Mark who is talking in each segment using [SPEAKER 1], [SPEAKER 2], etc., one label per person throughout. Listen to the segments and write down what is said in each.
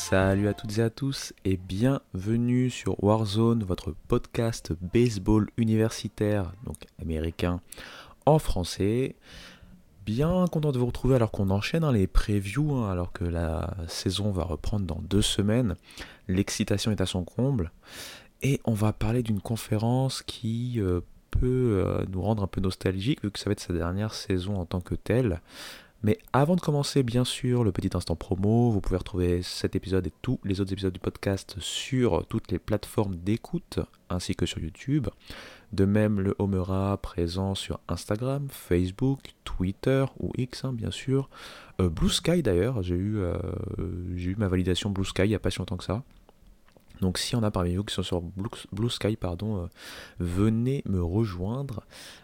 [SPEAKER 1] Salut à toutes et à tous et bienvenue sur Warzone, votre podcast baseball universitaire, donc américain en français. Bien content de vous retrouver alors qu'on enchaîne les previews, alors que la saison va reprendre dans 2 semaines. L'excitation est à son comble et on va parler d'une conférence qui peut nous rendre un peu nostalgique vu que ça va être sa dernière saison en tant que telle. Mais avant de commencer, bien sûr, le petit instant promo, vous pouvez retrouver cet épisode et tous les autres épisodes du podcast sur toutes les plateformes d'écoute, ainsi que sur YouTube. De même, le Homera présent sur Instagram, Facebook, Twitter ou X, bien sûr. Blue Sky d'ailleurs, j'ai eu ma validation Blue Sky il n'y a pas si longtemps que ça. Donc si on a parmi vous qui sont sur Blue Sky, venez me rejoindre.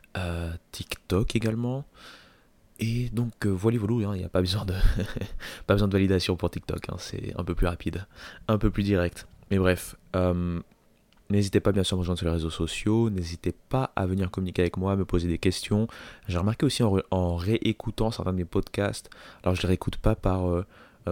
[SPEAKER 1] TikTok également. Et donc voilà, il n'y a pas besoin de pas besoin de validation pour TikTok, c'est un peu plus rapide, un peu plus direct. Mais bref, n'hésitez pas bien sûr à me rejoindre sur les réseaux sociaux, n'hésitez pas à venir communiquer avec moi, à me poser des questions. J'ai remarqué aussi en réécoutant certains de mes podcasts, alors je les réécoute pas par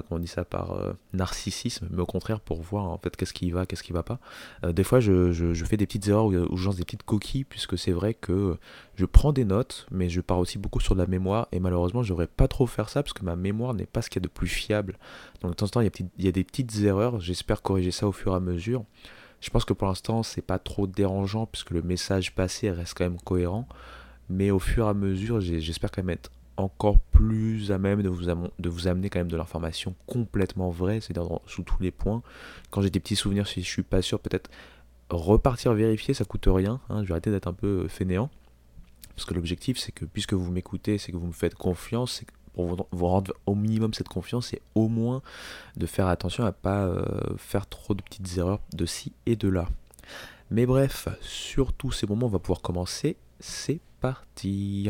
[SPEAKER 1] narcissisme, mais au contraire pour voir en fait qu'est-ce qui va, qu'est-ce qui va pas. Des fois je fais des petites erreurs ou je lance des petites coquilles, puisque c'est vrai que je prends des notes, mais je pars aussi beaucoup sur de la mémoire, et malheureusement je devrais pas trop faire ça, parce que ma mémoire n'est pas ce qu'il y a de plus fiable. Donc de temps en temps il y a des petites erreurs, j'espère corriger ça au fur et à mesure. Je pense que pour l'instant c'est pas trop dérangeant, puisque le message passé reste quand même cohérent, mais au fur et à mesure j'espère quand même être encore plus à même de vous amener quand même de l'information complètement vraie, c'est-à-dire sous tous les points. Quand j'ai des petits souvenirs, si je suis pas sûr, peut-être repartir vérifier, ça coûte rien, je vais arrêter d'être un peu fainéant, parce que l'objectif c'est que puisque vous m'écoutez, c'est que vous me faites confiance, c'est que pour vous rendre au minimum cette confiance, c'est au moins de faire attention à pas faire trop de petites erreurs de ci et de là. Mais bref, sur tous ces moments, on va pouvoir commencer. C'est parti.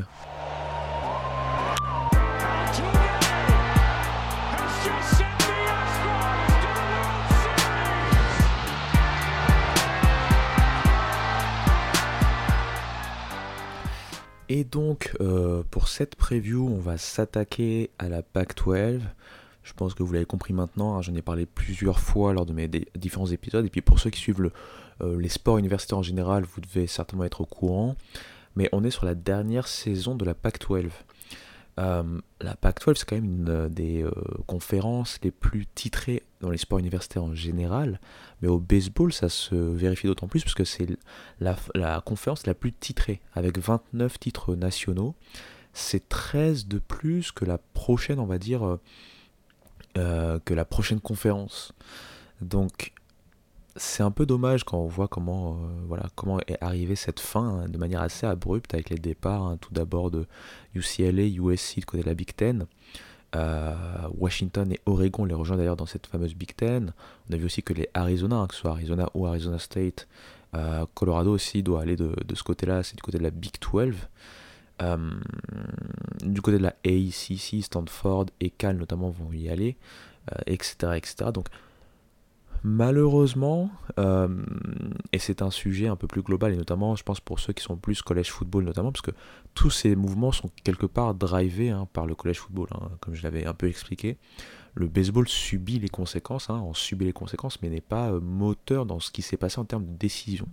[SPEAKER 1] Et donc, pour cette preview, on va s'attaquer à la Pac-12. Je pense que vous l'avez compris maintenant, j'en ai parlé plusieurs fois lors de mes différents épisodes. Et puis pour ceux qui suivent les sports universitaires en général, vous devez certainement être au courant. Mais on est sur la dernière saison de la Pac-12. La Pac-12, c'est quand même une des conférences les plus titrées dans les sports universitaires en général, mais au baseball, ça se vérifie d'autant plus parce que c'est la conférence la plus titrée, avec 29 titres nationaux. C'est 13 de plus que la prochaine, on va dire, que la prochaine conférence. Donc, c'est un peu dommage quand on voit comment est arrivée cette fin, de manière assez abrupte, avec les départs, tout d'abord de UCLA, USC du côté de la Big Ten. Washington et Oregon les rejoignent d'ailleurs dans cette fameuse Big Ten. On a vu aussi que les Arizona, que ce soit Arizona ou Arizona State, Colorado aussi doit aller de ce côté-là, c'est du côté de la Big 12. Du côté de la ACC, Stanford et Cal notamment vont y aller, etc., etc. Donc malheureusement, et c'est un sujet un peu plus global, et notamment je pense pour ceux qui sont plus college football notamment, parce que tous ces mouvements sont quelque part drivés par le college football, comme je l'avais un peu expliqué. Le baseball subit les conséquences, on subit les conséquences, mais n'est pas moteur dans ce qui s'est passé en termes de décision.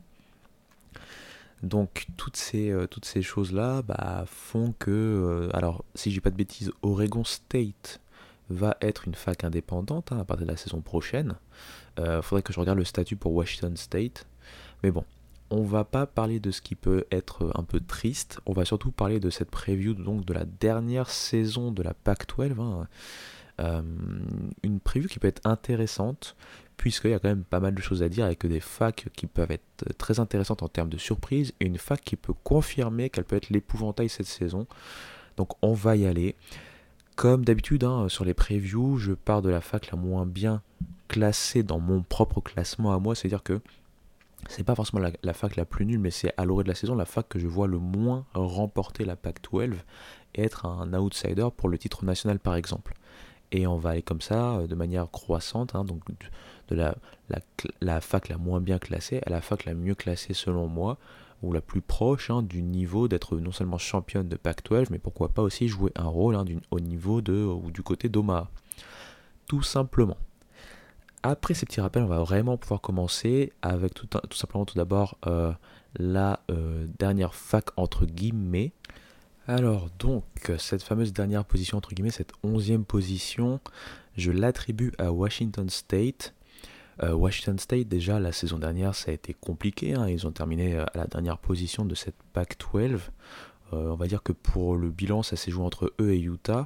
[SPEAKER 1] Donc toutes ces choses-là font que, alors si je dis pas de bêtises, Oregon State va être une fac indépendante à partir de la saison prochaine. Faudrait que je regarde le statut pour Washington State. Mais bon, on va pas parler de ce qui peut être un peu triste. On va surtout parler de cette preview donc de la dernière saison de la Pac-12. Une preview qui peut être intéressante, puisqu'il y a quand même pas mal de choses à dire, avec des facs qui peuvent être très intéressantes en termes de surprise, et une fac qui peut confirmer qu'elle peut être l'épouvantail cette saison. Donc on va y aller. Comme d'habitude, sur les previews, je pars de la fac la moins bien classée dans mon propre classement à moi, c'est-à-dire que c'est pas forcément la fac la plus nulle, mais c'est à l'orée de la saison la fac que je vois le moins remporter la Pac-12 et être un outsider pour le titre national par exemple. Et on va aller comme ça, de manière croissante, donc de la fac la moins bien classée à la fac la mieux classée selon moi, ou la plus proche du niveau d'être non seulement championne de Pac-12, mais pourquoi pas aussi jouer un rôle au niveau ou du côté d'Omaha. Tout simplement. Après ces petits rappels, on va vraiment pouvoir commencer avec tout simplement tout d'abord la dernière fac entre guillemets. Alors donc, cette fameuse dernière position entre guillemets, cette 11e position, je l'attribue à Washington State. Washington State, déjà la saison dernière, ça a été compliqué, hein. Ils ont terminé à la dernière position de cette Pac-12. On va dire que pour le bilan, ça s'est joué entre eux et Utah.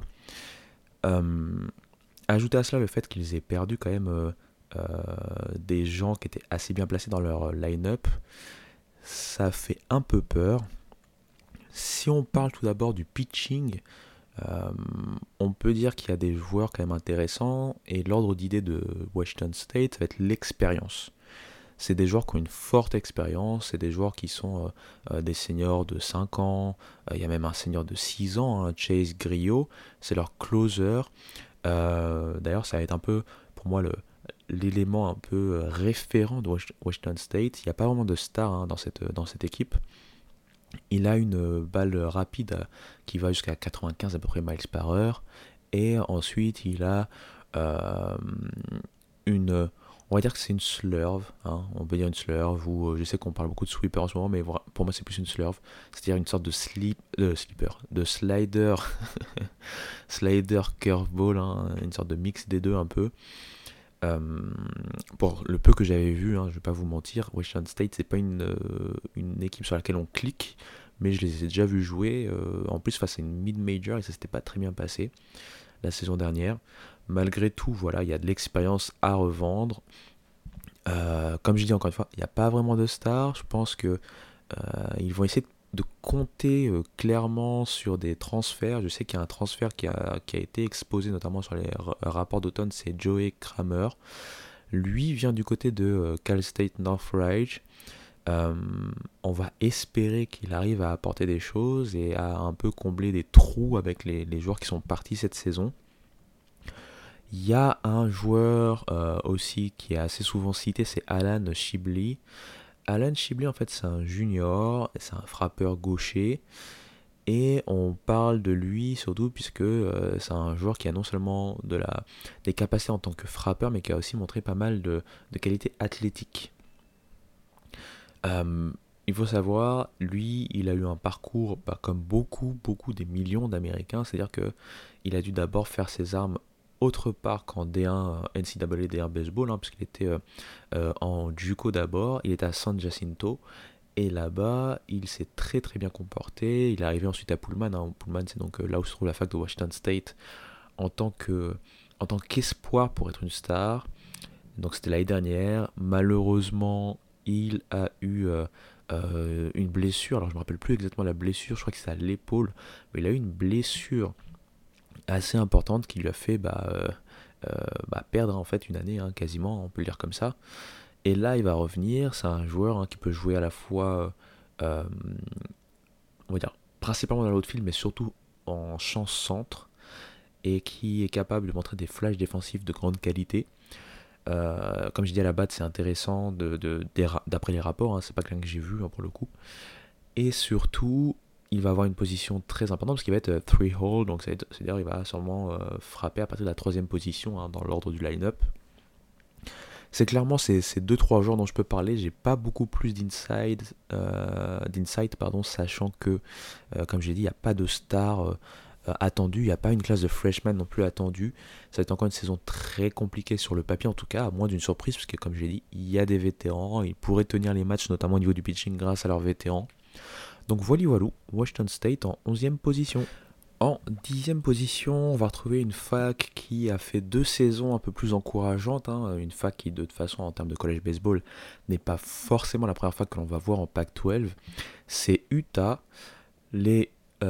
[SPEAKER 1] Ajoutez à cela le fait qu'ils aient perdu quand même des gens qui étaient assez bien placés dans leur line-up. Ça fait un peu peur. Si on parle tout d'abord du pitching, on peut dire qu'il y a des joueurs quand même intéressants, et l'ordre d'idée de Washington State va être l'expérience. C'est des joueurs qui ont une forte expérience, c'est des joueurs qui sont des seniors de 5 ans, il y a même un senior de 6 ans, hein, Chase Griot, c'est leur closer. D'ailleurs, ça va être un peu, pour moi, l'élément un peu référent de Washington State. Il n'y a pas vraiment de star, hein, dans cette équipe. Il a une balle rapide qui va jusqu'à 95 à peu près miles par heure. Et ensuite, il a une... On va dire que c'est une slurve, hein. On peut dire une slurve, ou je sais qu'on parle beaucoup de sweeper en ce moment, mais pour moi c'est plus une slurve. C'est-à-dire une sorte de slipper, de slider, slider curveball, hein, une sorte de mix des deux un peu. Pour le peu que j'avais vu, hein, je vais pas vous mentir, Washington State c'est pas une équipe sur laquelle on clique, mais je les ai déjà vus jouer, en plus face à une mid-major, et ça s'était pas très bien passé la saison dernière. Malgré tout, voilà, il y a de l'expérience à revendre. Comme je dis encore une fois, il n'y a pas vraiment de stars. Je pense que ils vont essayer de compter clairement sur des transferts. Je sais qu'il y a un transfert qui a été exposé notamment sur les rapports d'automne, c'est Joey Kramer. Lui vient du côté de Cal State Northridge. On va espérer qu'il arrive à apporter des choses et à un peu combler des trous avec les joueurs qui sont partis cette saison. Il y a un joueur aussi qui est assez souvent cité, c'est Alan Shibley. Alan Shibley, en fait, c'est un junior, c'est un frappeur gaucher. Et on parle de lui surtout puisque c'est un joueur qui a non seulement des capacités en tant que frappeur, mais qui a aussi montré pas mal de qualités athlétiques. Il faut savoir, lui, il a eu un parcours comme beaucoup des millions d'Américains, c'est-à-dire qu'il a dû d'abord faire ses armes autre part qu'en D1, NCAA D1 baseball, hein, puisqu'il était en JUCO d'abord, il était à San Jacinto, et là-bas, il s'est très bien comporté. Il est arrivé ensuite à Pullman, hein. Pullman, c'est donc là où se trouve la fac de Washington State, en tant qu'espoir pour être une star. Donc c'était l'année dernière. Malheureusement, il a eu une blessure. Alors je me rappelle plus exactement la blessure, je crois que c'est à l'épaule, mais il a eu une blessure assez importante qui lui a fait perdre en fait une année, hein, quasiment, on peut le dire comme ça. Et là, il va revenir. C'est un joueur, hein, qui peut jouer à la fois, on va dire, principalement dans l'outfield, mais surtout en champ centre, et qui est capable de montrer des flashs défensifs de grande qualité. Comme je dis à la batte, c'est intéressant d'après les rapports, hein, c'est pas quelqu'un que j'ai vu, hein, pour le coup. Et surtout, il va avoir une position très importante parce qu'il va être 3-hole, donc c'est-à-dire il va sûrement frapper à partir de la 3e position, hein, dans l'ordre du line-up. C'est clairement ces 2-3 joueurs dont je peux parler. J'ai pas beaucoup plus d'insight, sachant que, comme j'ai dit, il n'y a pas de star attendu, il n'y a pas une classe de freshman non plus attendue. Ça va être encore une saison très compliquée sur le papier, en tout cas, à moins d'une surprise, parce que comme j'ai dit, il y a des vétérans, ils pourraient tenir les matchs, notamment au niveau du pitching, grâce à leurs vétérans. Donc voilà, Washington State en 11e position. En 10e position, on va retrouver une fac qui a fait 2 saisons un peu plus encourageantes, hein. Une fac qui, de toute façon, en termes de college baseball, n'est pas forcément la première fac que l'on va voir en Pac-12. C'est Utah. Les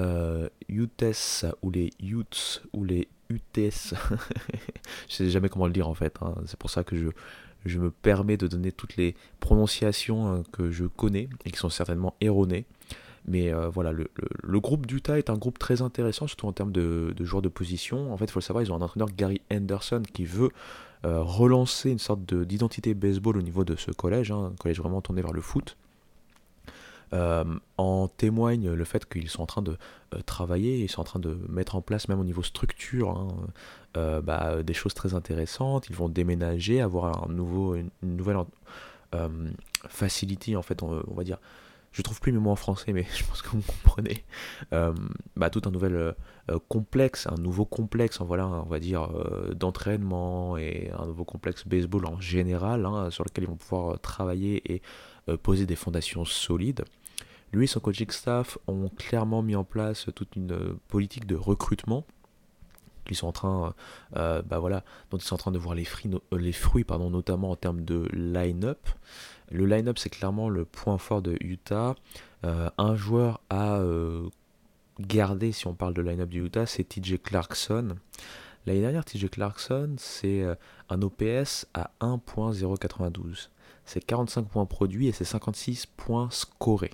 [SPEAKER 1] Utes ou les Utes ou les UTS, je sais jamais comment le dire en fait, hein. C'est pour ça que je me permets de donner toutes les prononciations, hein, que je connais et qui sont certainement erronées. Mais voilà, le groupe d'Utah est un groupe très intéressant, surtout en termes de joueurs de position. En fait, il faut le savoir, ils ont un entraîneur, Gary Henderson, qui veut relancer une sorte d'identité baseball au niveau de ce collège, hein, un collège vraiment tourné vers le foot. En témoigne le fait qu'ils sont en train de travailler, ils sont en train de mettre en place même au niveau structure des choses très intéressantes. Ils vont déménager, avoir une nouvelle euh, facility en fait, on va dire. Je trouve plus mes mots en français, mais je pense que vous comprenez. Tout un complexe, un nouveau complexe, voilà, on va dire, d'entraînement et un nouveau complexe baseball en général, sur lequel ils vont pouvoir travailler et poser des fondations solides. Lui et son coaching staff ont clairement mis en place toute une politique de recrutement qu'ils sont en train, dont ils sont en train de voir les fruits, notamment en termes de line-up. Le line-up, c'est clairement le point fort de Utah. Un joueur à garder, si on parle de line-up du Utah, c'est TJ Clarkson. L'année dernière, TJ Clarkson, c'est un OPS à 1.092. C'est 45 points produits et c'est 56 points scorés.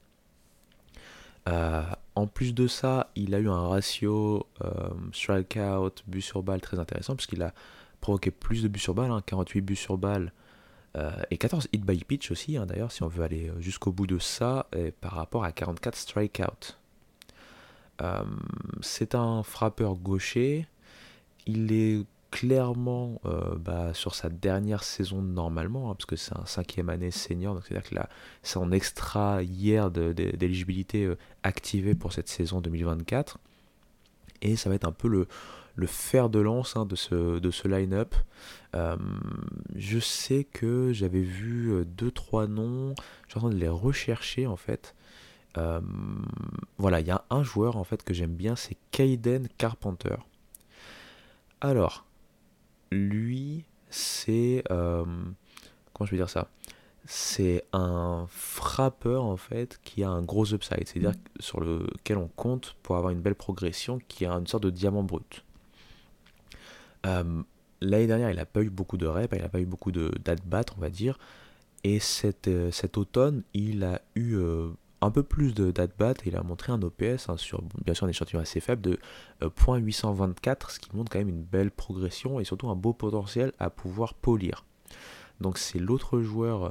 [SPEAKER 1] En plus de ça, il a eu un ratio strikeout, but sur balle très intéressant, puisqu'il a provoqué plus de buts sur balle, 48 buts sur balle, et 14 hit by pitch aussi, d'ailleurs, si on veut aller jusqu'au bout de ça, par rapport à 44 strikeouts. C'est un frappeur gaucher, il est clairement sur sa dernière saison normalement, parce que c'est un 5e année senior, donc c'est-à-dire que là, c'est en extra year d'éligibilité activé pour cette saison 2024, et ça va être un peu le fer de lance de ce line-up. Je sais que j'avais vu 2-3 noms, je suis en train de les rechercher en fait. Voilà, il y a un joueur en fait que j'aime bien, c'est Caden Carpenter. Alors, lui, c'est... comment je vais dire ça? C'est un frappeur en fait qui a un gros upside, c'est-à-dire sur lequel on compte pour avoir une belle progression, qui a une sorte de diamant brut. L'année dernière, il n'a pas eu beaucoup de reps, il n'a pas eu beaucoup d'at-bat, on va dire, et cet automne, il a eu un peu plus d'at-bat et il a montré un OPS sur bien sûr un échantillon assez faible de .824, ce qui montre quand même une belle progression et surtout un beau potentiel à pouvoir polir. Donc c'est l'autre joueur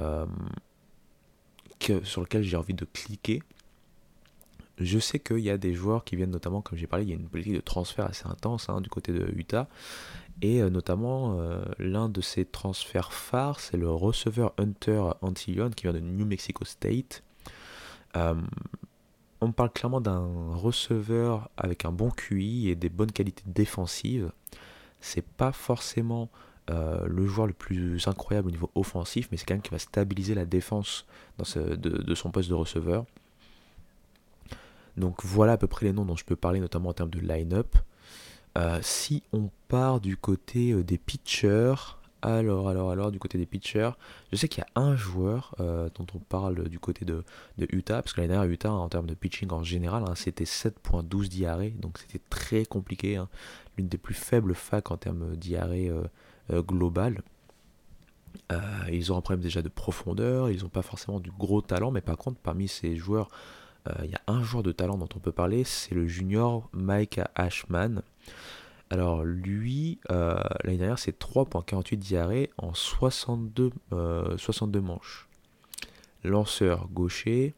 [SPEAKER 1] sur lequel j'ai envie de cliquer. Je sais qu'il y a des joueurs qui viennent notamment, comme j'ai parlé, il y a une politique de transfert assez intense du côté de Utah. Et notamment, l'un de ces transferts phares, c'est le receveur Hunter Antillon qui vient de New Mexico State. On parle clairement d'un receveur avec un bon QI et des bonnes qualités défensives. C'est pas forcément le joueur le plus incroyable au niveau offensif, mais c'est quelqu'un qui va stabiliser la défense de son poste de receveur. Donc voilà à peu près les noms dont je peux parler, notamment en termes de line-up. Si on part du côté des pitchers, alors, du côté des pitchers, je sais qu'il y a un joueur dont on parle du côté de Utah, parce que l'année dernière, Utah, en termes de pitching en général, c'était 7.12 d'IRA, donc c'était très compliqué, l'une des plus faibles facs en termes d'IRA global. Ils ont un problème déjà de profondeur, ils n'ont pas forcément du gros talent, mais par contre, parmi ces joueurs, il y a un joueur de talent dont on peut parler, c'est le junior Mike Ashman. Alors lui, l'année dernière, c'est 3.48 d'IRA en 62 manches. Lanceur gaucher,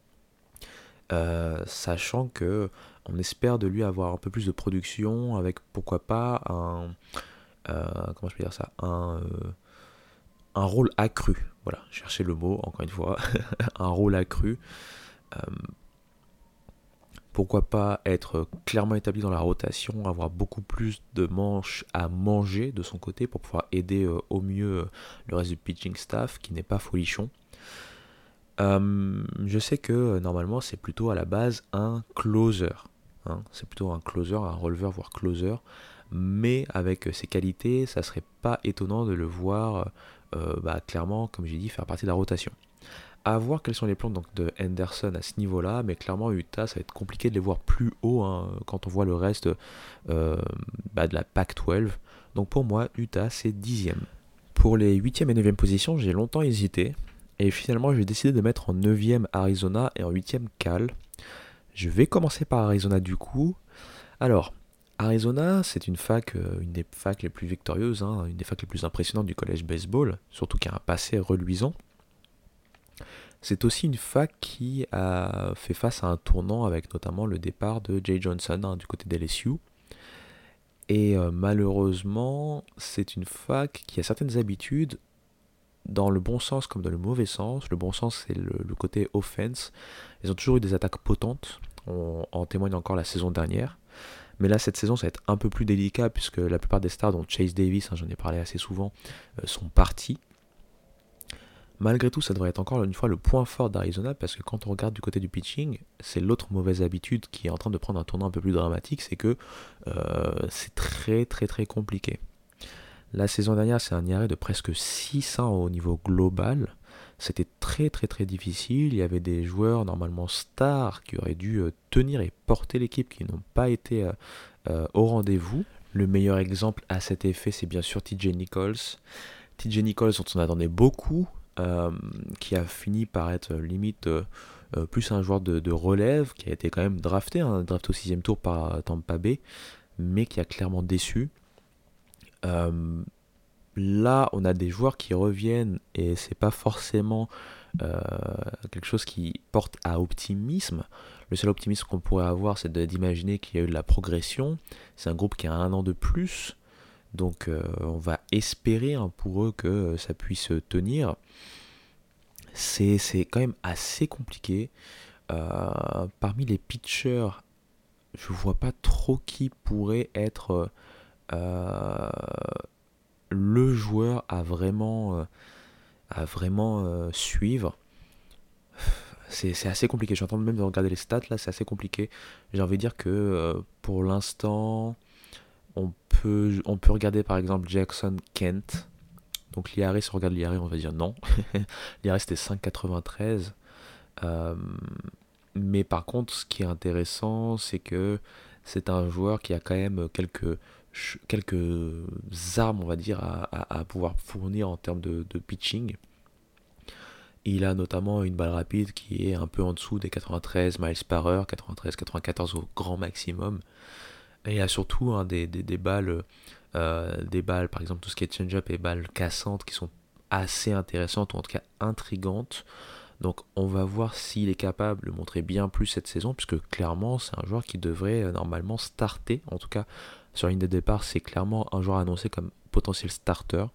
[SPEAKER 1] sachant que on espère de lui avoir un peu plus de production avec pourquoi pas comment je peux dire ça, un rôle accru. Voilà, cherchez le mot encore une fois, un rôle accru. Pourquoi pas être clairement établi dans la rotation, avoir beaucoup plus de manches à manger de son côté pour pouvoir aider au mieux le reste du pitching staff qui n'est pas folichon. Je sais que normalement c'est plutôt à la base un closer. C'est plutôt un closer, un releveur voire closer. Mais avec ses qualités, ça serait pas étonnant de le voir clairement, comme j'ai dit, faire partie de la rotation. À voir quels sont les plans donc, de Henderson à ce niveau-là, mais clairement Utah, ça va être compliqué de les voir plus haut quand on voit le reste de la Pac-12. Donc pour moi, Utah, c'est 10e. Pour les 8e et 9e positions, j'ai longtemps hésité, et finalement j'ai décidé de mettre en 9e Arizona et en 8e Cal. Je vais commencer par Arizona du coup. Alors, Arizona, c'est une des facs les plus victorieuses, une des facs les plus impressionnantes du collège baseball, surtout qui a un passé reluisant. C'est aussi une fac qui a fait face à un tournant avec notamment le départ de Jay Johnson du côté d'LSU. Et malheureusement, c'est une fac qui a certaines habitudes dans le bon sens comme dans le mauvais sens. Le bon sens, c'est le côté offense. Ils ont toujours eu des attaques potentes. On en témoigne encore la saison dernière. Mais là, cette saison, ça va être un peu plus délicat puisque la plupart des stars, dont Chase Davis, j'en ai parlé assez souvent, sont partis. Malgré tout, ça devrait être encore une fois le point fort d'Arizona parce que quand on regarde du côté du pitching, c'est l'autre mauvaise habitude qui est en train de prendre un tournant un peu plus dramatique, c'est que c'est très très très compliqué. La saison dernière, c'est un ERA de presque 600 au niveau global. C'était très très très difficile. Il y avait des joueurs normalement stars qui auraient dû tenir et porter l'équipe qui n'ont pas été au rendez-vous. Le meilleur exemple à cet effet, c'est bien sûr TJ Nichols. TJ Nichols, dont on attendait beaucoup, qui a fini par être limite plus un joueur de relève, qui a été quand même drafté au 6ème tour par Tampa Bay, mais qui a clairement déçu. Là, on a des joueurs qui reviennent et c'est pas forcément quelque chose qui porte à optimisme. Le seul optimisme qu'on pourrait avoir, c'est d'imaginer qu'il y a eu de la progression. C'est un groupe qui a 1 an de plus, donc on va espérer pour eux que ça puisse tenir. C'est quand même assez compliqué. Parmi les pitchers, je vois pas trop qui pourrait être le joueur à vraiment suivre. C'est assez compliqué. Je suis en train même de regarder les stats là, c'est assez compliqué. J'ai envie de dire que pour l'instant, on peut regarder par exemple Jackson Kent. Donc l'IRA, si on regarde l'IRA, on va dire non. L'IRA c'était 5,93. Mais par contre, ce qui est intéressant, c'est que c'est un joueur qui a quand même quelques armes, on va dire, à pouvoir fournir en termes de pitching. Il a notamment une balle rapide qui est un peu en dessous des 93 miles par heure, 93-94 au grand maximum. Et il a surtout des balles, par exemple tout ce qui est change-up et balles cassantes qui sont assez intéressantes ou en tout cas intrigantes. Donc on va voir s'il est capable de montrer bien plus cette saison, puisque clairement c'est un joueur qui devrait normalement starter, en tout cas sur la ligne de départ c'est clairement un joueur annoncé comme potentiel starter.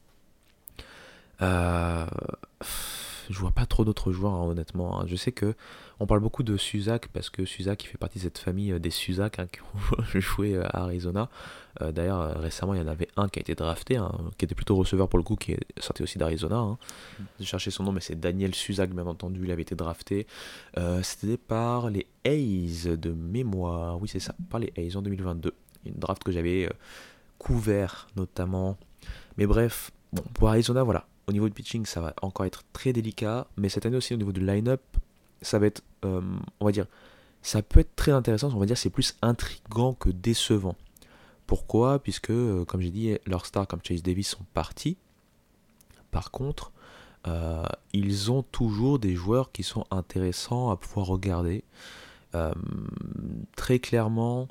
[SPEAKER 1] Je vois pas trop d'autres joueurs honnêtement. Je sais que on parle beaucoup de Suzac parce que Suzac il fait partie de cette famille des Suzac qui ont joué à Arizona. D'ailleurs récemment il y en avait un qui a été drafté, qui était plutôt receveur pour le coup, qui est sorti aussi d'Arizona. J'ai cherché son nom mais c'est Daniel Suzac bien entendu, il avait été drafté. C'était par les A's de mémoire, oui c'est ça, par les A's en 2022. Une draft que j'avais couvert notamment. Mais bref, bon, pour Arizona voilà. Au niveau du pitching, ça va encore être très délicat, mais cette année aussi au niveau du line-up, ça va être, on va dire, ça peut être très intéressant, on va dire c'est plus intriguant que décevant. Pourquoi ? Puisque, comme j'ai dit, leurs stars comme Chase Davis sont partis. Par contre, ils ont toujours des joueurs qui sont intéressants à pouvoir regarder. Très clairement,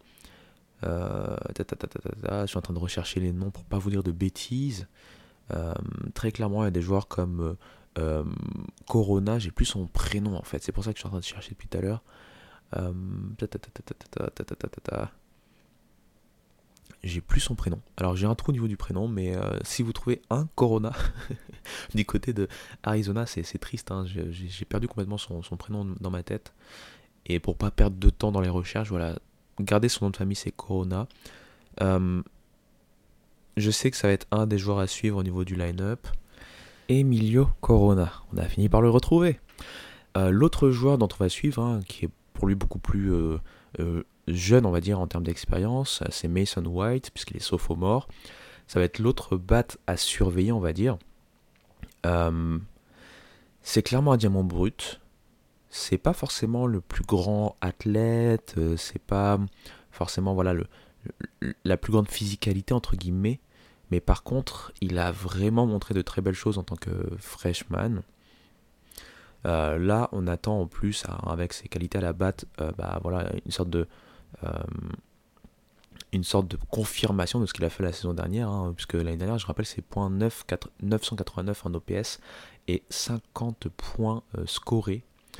[SPEAKER 1] je suis en train de rechercher les noms pour pas vous dire de bêtises. Très clairement, il y a des joueurs comme Corona, j'ai plus son prénom en fait, c'est pour ça que je suis en train de chercher depuis tout à l'heure. J'ai plus son prénom. Alors j'ai un trou au niveau du prénom, mais si vous trouvez un Corona du côté de Arizona, c'est triste. J'ai perdu complètement son prénom dans ma tête. Et pour pas perdre de temps dans les recherches, voilà, gardez son nom de famille, c'est Corona. Je sais que ça va être un des joueurs à suivre au niveau du line-up. Emilio Corona, on a fini par le retrouver. L'autre joueur dont on va suivre, qui est pour lui beaucoup plus jeune, on va dire, en termes d'expérience, c'est Mason White, puisqu'il est sophomore. Ça va être l'autre bat à surveiller, on va dire. C'est clairement un diamant brut. C'est pas forcément le plus grand athlète, c'est pas forcément voilà la plus grande physicalité entre guillemets, mais par contre il a vraiment montré de très belles choses en tant que freshman. Là on attend en plus avec ses qualités à la batte, voilà une sorte une sorte de confirmation de ce qu'il a fait la saison dernière, hein, puisque l'année dernière, je rappelle, c'est 989 en OPS et 50 points scorés.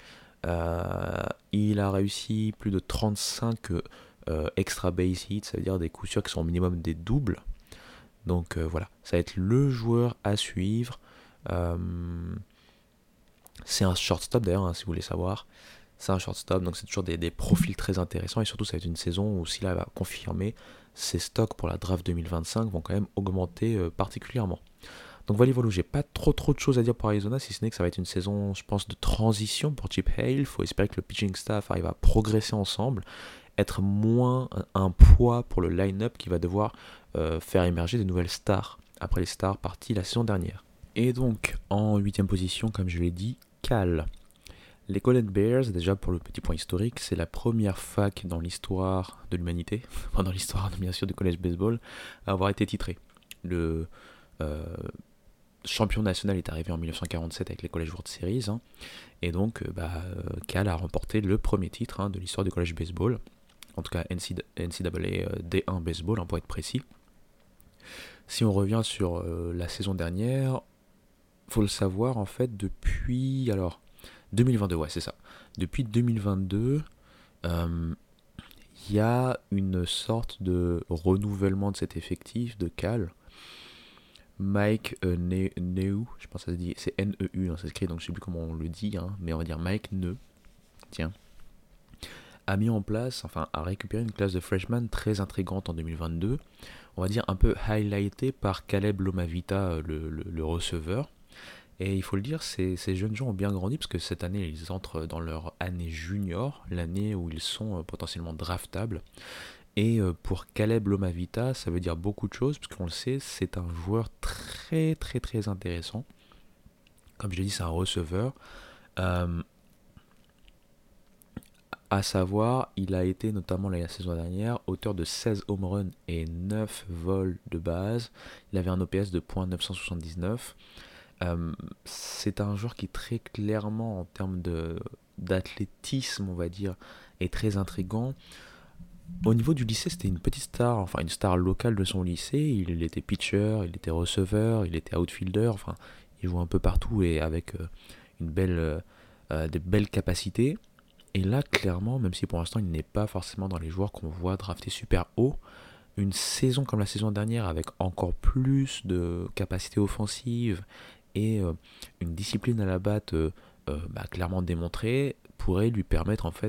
[SPEAKER 1] Il a réussi plus de 35 extra base hits, ça veut dire des coups sûrs qui sont au minimum des doubles. Donc voilà, ça va être le joueur à suivre. C'est un shortstop d'ailleurs, hein, si vous voulez savoir. C'est un shortstop, donc c'est toujours des profils très intéressants. Et surtout, ça va être une saison où, s'il va confirmer, ses stocks pour la draft 2025 vont quand même augmenter particulièrement. Donc voilà, j'ai pas trop de choses à dire pour Arizona, si ce n'est que ça va être une saison, je pense, de transition pour Chip Hale. Il faut espérer que le pitching staff arrive à progresser ensemble, être moins un poids pour le line-up qui va devoir faire émerger de nouvelles stars, après les stars parties la saison dernière. Et donc, en 8ème position, comme je l'ai dit, Cal. Les Golden Bears, déjà pour le petit point historique, c'est la première fac dans l'histoire de l'humanité, dans l'histoire bien sûr du college baseball, à avoir été titrée. Le champion national est arrivé en 1947 avec les College World Series, hein, et donc Cal a remporté le premier titre, hein, de l'histoire du college baseball, en tout cas NCAA D1 baseball, hein, pour être précis. Si on revient sur la saison dernière, faut le savoir en fait depuis 2022, ouais c'est ça. Depuis 2022, il y a une sorte de renouvellement de cet effectif de Cal. Mike Neu, je pense que ça se dit, c'est N-E-U, hein, ça s'écrit, donc je sais plus comment on le dit, hein, mais on va dire Mike Neu, tiens, a mis en place, enfin a récupéré une classe de freshman très intrigante en 2022, on va dire un peu highlightée par Caleb Lomavita, le receveur. Et il faut le dire, ces jeunes gens ont bien grandi parce que cette année, ils entrent dans leur année junior, l'année où ils sont potentiellement draftables. Et pour Caleb Lomavita, ça veut dire beaucoup de choses, parce qu'on le sait, c'est un joueur très intéressant. Comme je l'ai dit, c'est un receveur. À savoir, il a été notamment la saison dernière auteur de 16 home runs et 9 vols de base. Il avait un OPS de .979. C'est un joueur qui très clairement en termes d'athlétisme, on va dire, est très intriguant. Au niveau du lycée, c'était une petite star, enfin une star locale de son lycée. Il était pitcher, il était receveur, il était outfielder, enfin il joue un peu partout et avec des belles capacités. Et là, clairement, même si pour l'instant il n'est pas forcément dans les joueurs qu'on voit drafter super haut, une saison comme la saison dernière avec encore plus de capacités offensives et une discipline à la batte clairement démontrée pourrait lui permettre en fait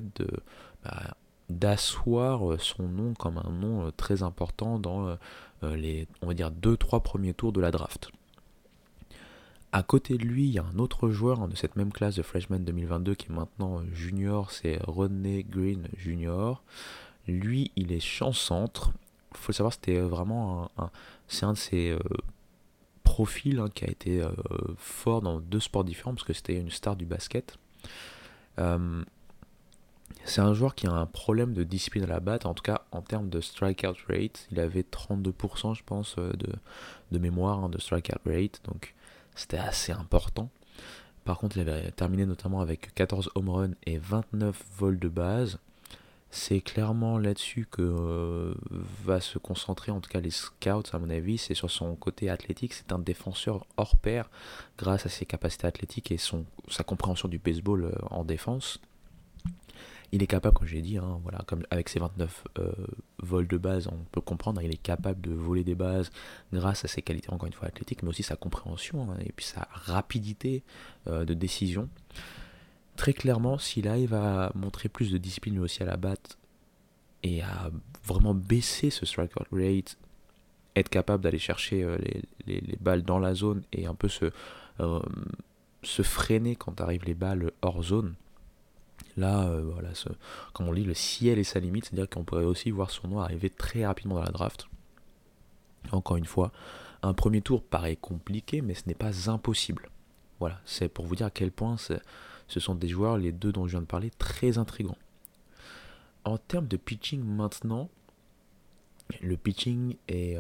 [SPEAKER 1] d'asseoir son nom comme un nom très important dans les, on va dire, 2-3 premiers tours de la draft. À côté de lui, il y a un autre joueur, hein, de cette même classe de freshman 2022 qui est maintenant junior, c'est Rodney Green Jr. Lui, il est champ-centre. Il faut le savoir, c'était vraiment c'est un de ces profils, hein, qui a été fort dans deux sports différents parce que c'était une star du basket. C'est un joueur qui a un problème de discipline à la batte, en tout cas en termes de strikeout rate. Il avait 32%, je pense, de mémoire, hein, de strikeout rate, donc c'était assez important. Par contre, il avait terminé notamment avec 14 home runs et 29 vols de base. C'est clairement là-dessus que va se concentrer en tout cas les scouts, à mon avis. C'est sur son côté athlétique. C'est un défenseur hors pair grâce à ses capacités athlétiques et sa compréhension du baseball en défense. Il est capable, comme j'ai dit, hein, voilà, comme avec ses 29 vols de base, on peut comprendre, il est capable de voler des bases grâce à ses qualités, encore une fois, athlétiques, mais aussi sa compréhension, hein, et puis sa rapidité de décision. Très clairement, s'il arrive à montrer plus de discipline lui aussi à la batte et à vraiment baisser ce strikeout rate, être capable d'aller chercher les balles dans la zone et un peu se freiner quand arrivent les balles hors zone, là, voilà, comme on dit, le ciel est sa limite, c'est-à-dire qu'on pourrait aussi voir son nom arriver très rapidement dans la draft. Encore une fois, un premier tour paraît compliqué, mais ce n'est pas impossible. Voilà, c'est pour vous dire à quel point ce sont des joueurs, les deux dont je viens de parler, très intrigants. En termes de pitching maintenant, le pitching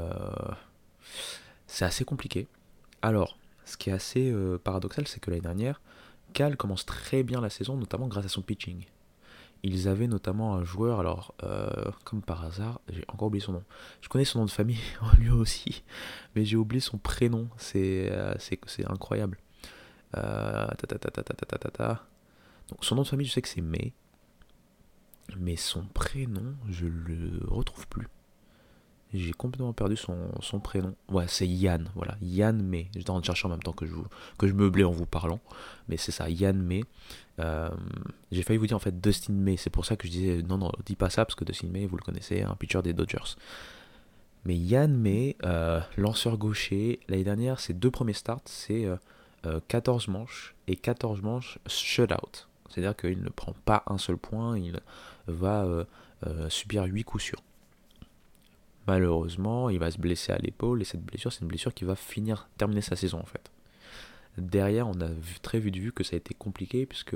[SPEAKER 1] c'est assez compliqué. Alors, ce qui est assez paradoxal, c'est que l'année dernière, Cal commence très bien la saison, notamment grâce à son pitching. Ils avaient notamment un joueur, alors comme par hasard, j'ai encore oublié son nom. Je connais son nom de famille, lui aussi, mais j'ai oublié son prénom. C'est incroyable. Ta, ta, ta, ta, ta, ta, ta, ta, ta. Donc son nom de famille, je sais que c'est May, mais son prénom, je le retrouve plus. J'ai complètement perdu son prénom. Ouais, c'est Yann, voilà. Yann May. J'étais en train de chercher en même temps que je meublais en vous parlant. Mais c'est ça, Yann May. Euh, j'ai failli vous dire en fait Dustin May. C'est pour ça que je disais non, non, dis pas ça parce que Dustin May, vous le connaissez, un pitcher des Dodgers. Mais Yann May, lanceur gaucher, l'année dernière, ses deux premiers starts, c'est 14 manches et 14 manches shutout. C'est-à-dire qu'il ne prend pas un seul point, il va subir 8 coups sûrs. Malheureusement, il va se blesser à l'épaule et cette blessure, c'est une blessure qui va terminer sa saison en fait. Derrière, on a très vite vu que ça a été compliqué puisque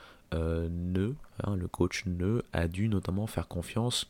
[SPEAKER 1] le coach Neu, a dû notamment faire confiance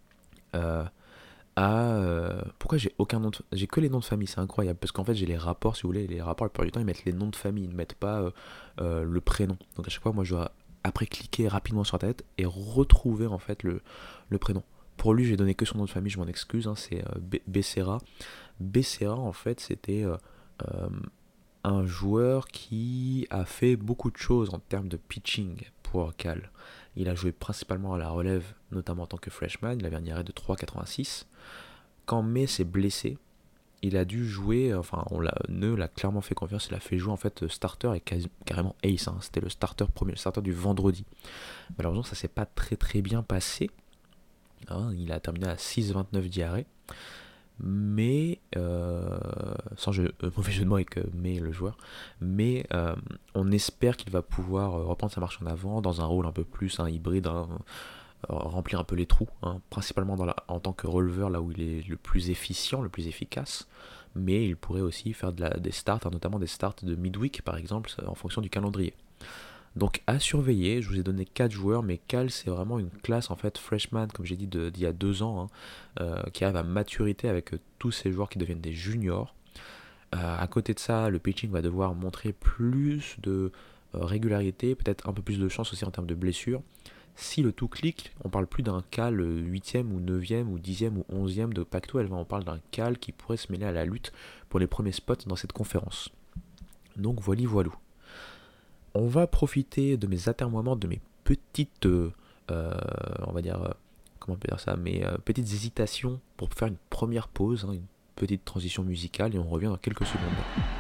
[SPEAKER 1] pourquoi j'ai aucun nom j'ai que les noms de famille, c'est incroyable parce qu'en fait j'ai les rapports, si vous voulez, les rapports la plupart du temps ils mettent les noms de famille, ils ne mettent pas le prénom. Donc à chaque fois moi je dois après cliquer rapidement sur internet et retrouver en fait le prénom. Pour lui j'ai donné que son nom de famille, je m'en excuse, hein, c'est Becerra. Becerra en fait c'était euh, un joueur qui a fait beaucoup de choses en termes de pitching pour Cal. Il a joué principalement à la relève, notamment en tant que freshman, il avait un IRA de 3,86. Quand May s'est blessé, il a dû jouer, Neu l'a clairement fait confiance, il a fait jouer en fait starter et carrément ace, hein. C'était le starter premier, le starter du vendredi. Malheureusement ça s'est pas très très bien passé, hein. Il a terminé à 6,29 d'IRA, mais mauvais jeu de mots avec May le joueur, mais on espère qu'il va pouvoir reprendre sa marche en avant dans un rôle un peu plus hybride, hein, remplir un peu les trous, hein, principalement en tant que releveur, là où il est le plus efficient, le plus efficace, mais il pourrait aussi faire des starts, hein, notamment des starts de midweek par exemple, en fonction du calendrier. Donc à surveiller, je vous ai donné 4 joueurs, mais Cal c'est vraiment une classe en fait freshman, comme j'ai dit d'il y a 2 ans, hein, qui arrive à maturité avec tous ces joueurs qui deviennent des juniors. À côté de ça, le pitching va devoir montrer plus de régularité, peut-être un peu plus de chance aussi en termes de blessures. Si le tout clique, on parle plus d'un Cal 8e ou 9e ou 10e ou 11e de Pac-12, on parle d'un Cal qui pourrait se mêler à la lutte pour les premiers spots dans cette conférence. Donc voilou. On va profiter de mes atermoiements, de mes petites, on va dire, comment on peut dire ça, mes petites hésitations pour faire une première pause, hein, une petite transition musicale et on revient dans quelques secondes.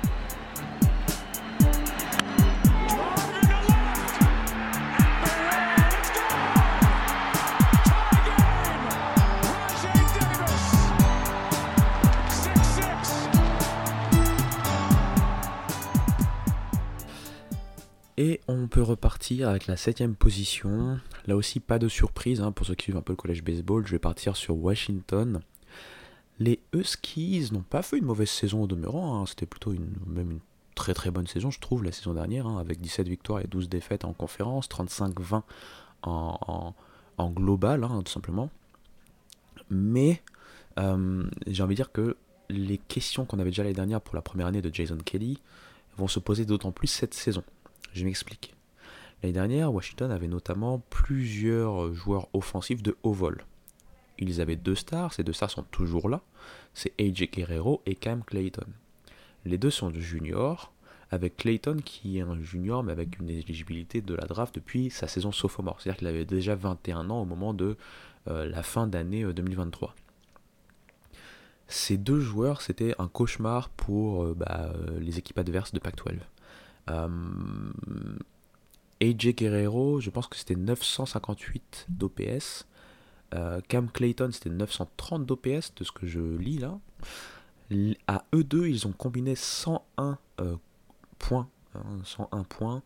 [SPEAKER 1] Et on peut repartir avec la 7ème position. Là aussi, pas de surprise, hein, pour ceux qui suivent un peu le collège baseball. Je vais partir sur Washington. Les Huskies n'ont pas fait une mauvaise saison au demeurant. Hein. C'était plutôt même une très très bonne saison, je trouve, la saison dernière, hein, avec 17 victoires et 12 défaites en conférence, 35-20 en global, hein, tout simplement. Mais j'ai envie de dire que les questions qu'on avait déjà l'année dernière pour la première année de Jason Kelly vont se poser d'autant plus cette saison. Je m'explique. L'année dernière, Washington avait notamment plusieurs joueurs offensifs de haut vol. Ils avaient 2 stars, ces 2 stars sont toujours là, c'est AJ Guerrero et Cam Clayton. Les deux sont juniors, avec Clayton qui est un junior mais avec une éligibilité de la draft depuis sa saison sophomore, c'est-à-dire qu'il avait déjà 21 ans au moment de la fin d'année 2023. Ces deux joueurs, c'était un cauchemar pour les équipes adverses de Pac-12. AJ Guerrero, je pense que c'était 958 d'OPS. Cam Clayton, c'était 930 d'OPS, de ce que je lis là. À eux deux, ils ont combiné 101 points, 101 points,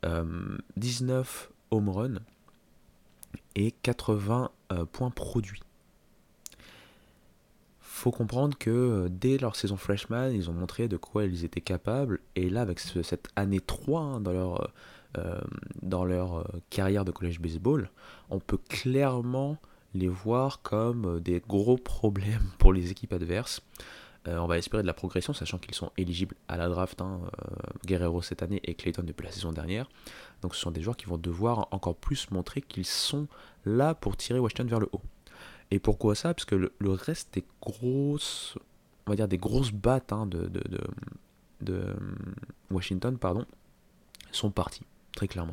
[SPEAKER 1] 19 home runs et 80 points produits. Faut comprendre que dès leur saison freshman, ils ont montré de quoi ils étaient capables. Et là, avec cette année 3 hein, dans leur carrière de college baseball, on peut clairement les voir comme des gros problèmes pour les équipes adverses. On va espérer de la progression, sachant qu'ils sont éligibles à la draft, Guerrero cette année et Clayton depuis la saison dernière. Donc ce sont des joueurs qui vont devoir encore plus montrer qu'ils sont là pour tirer Washington vers le haut. Et pourquoi ça? Parce que le reste des grosses, on va dire des grosses battes de Washington, sont partis, très clairement.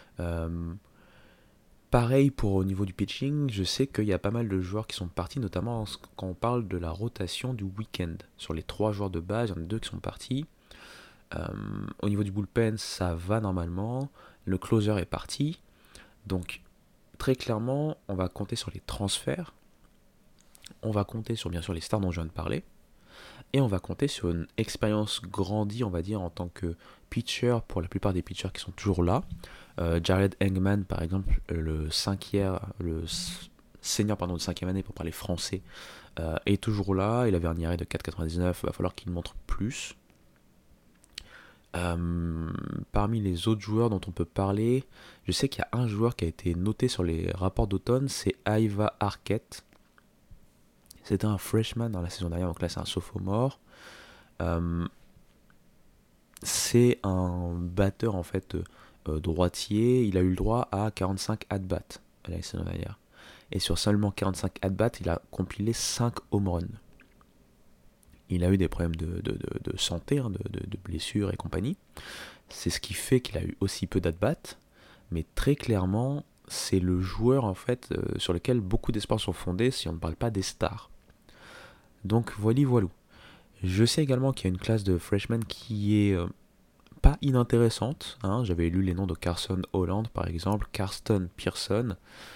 [SPEAKER 1] Pareil pour au niveau du pitching, je sais qu'il y a pas mal de joueurs qui sont partis, notamment quand on parle de la rotation du week-end. Sur les 3 joueurs de base, il y en a 2 qui sont partis. Au niveau du bullpen, ça va normalement. Le closer est parti. Donc, très clairement, on va compter sur les transferts. On va compter sur, bien sûr, les stars dont je viens de parler. Et on va compter sur une expérience grandie, on va dire, en tant que pitcher pour la plupart des pitchers qui sont toujours là. Jared Engman, par exemple, le senior de 5e année pour parler français, est toujours là. Il avait un IRA de 4,99, il va falloir qu'il montre plus. Parmi les autres joueurs dont on peut parler, je sais qu'il y a un joueur qui a été noté sur les rapports d'automne, c'est Aiva Arquette. C'était un freshman dans la saison dernière, donc là c'est un sophomore. C'est un batteur en fait droitier. Il a eu le droit à 45 at-bats la saison dernière. Et sur seulement 45 at-bats, il a compilé 5 home runs. Il a eu des problèmes de santé, de blessures et compagnie. C'est ce qui fait qu'il a eu aussi peu d'at-bats. Mais très clairement, c'est le joueur en fait sur lequel beaucoup d'espoirs sont fondés si on ne parle pas des stars. Donc voilà. Je sais également qu'il y a une classe de freshmen qui est pas inintéressante. J'avais lu les noms de Carson Holland par exemple, Karsten Pearson.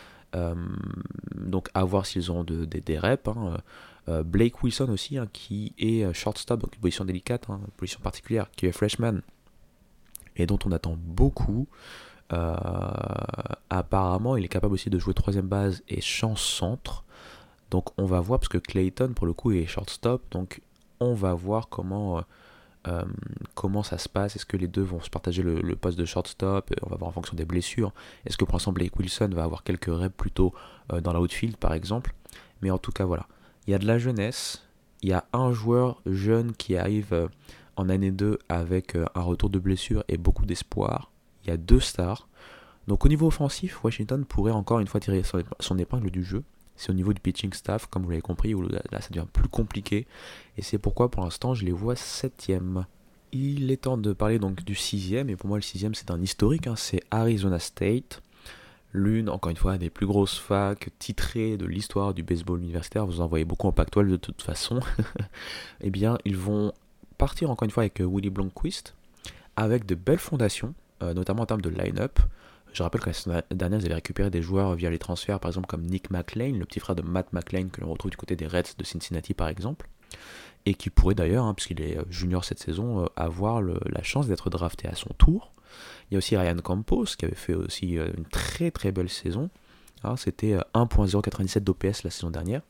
[SPEAKER 1] Donc à voir s'ils ont des reps. Blake Wilson aussi, qui est shortstop, donc une position délicate, une position particulière, qui est freshman et dont on attend beaucoup. Apparemment, il est capable aussi de jouer 3ème base et champ centre. Donc on va voir, parce que Clayton pour le coup est shortstop, donc on va voir comment ça se passe. Est-ce que les deux vont se partager le poste de shortstop? On va voir en fonction des blessures. Est-ce que pour l'instant Blake Wilson va avoir quelques reps plutôt dans la outfield par exemple? Mais en tout cas voilà, il y a de la jeunesse, il y a un joueur jeune qui arrive en année 2 avec un retour de blessure et beaucoup d'espoir. Il y a 2 stars. Donc au niveau offensif, Washington pourrait encore une fois tirer son épingle du jeu. C'est au niveau du pitching staff, comme vous l'avez compris, où là ça devient plus compliqué. Et c'est pourquoi pour l'instant je les vois 7e. Il est temps de parler donc du 6e, et pour moi le 6e c'est un historique, c'est Arizona State. L'une, encore une fois, des plus grosses facs titrées de l'histoire du baseball universitaire. Vous en voyez beaucoup en Pac-12 de toute façon. Eh bien, ils vont partir encore une fois avec Willie Blomqvist, avec de belles fondations, notamment en termes de line-up. Je rappelle que la saison dernière, ils avaient récupéré des joueurs via les transferts, par exemple comme Nick McLean, le petit frère de Matt McLean que l'on retrouve du côté des Reds de Cincinnati par exemple, et qui pourrait d'ailleurs, puisqu'il est junior cette saison, avoir la chance d'être drafté à son tour. Il y a aussi Ryan Campos qui avait fait aussi une très très belle saison. C'était 1.097 d'OPS la saison dernière.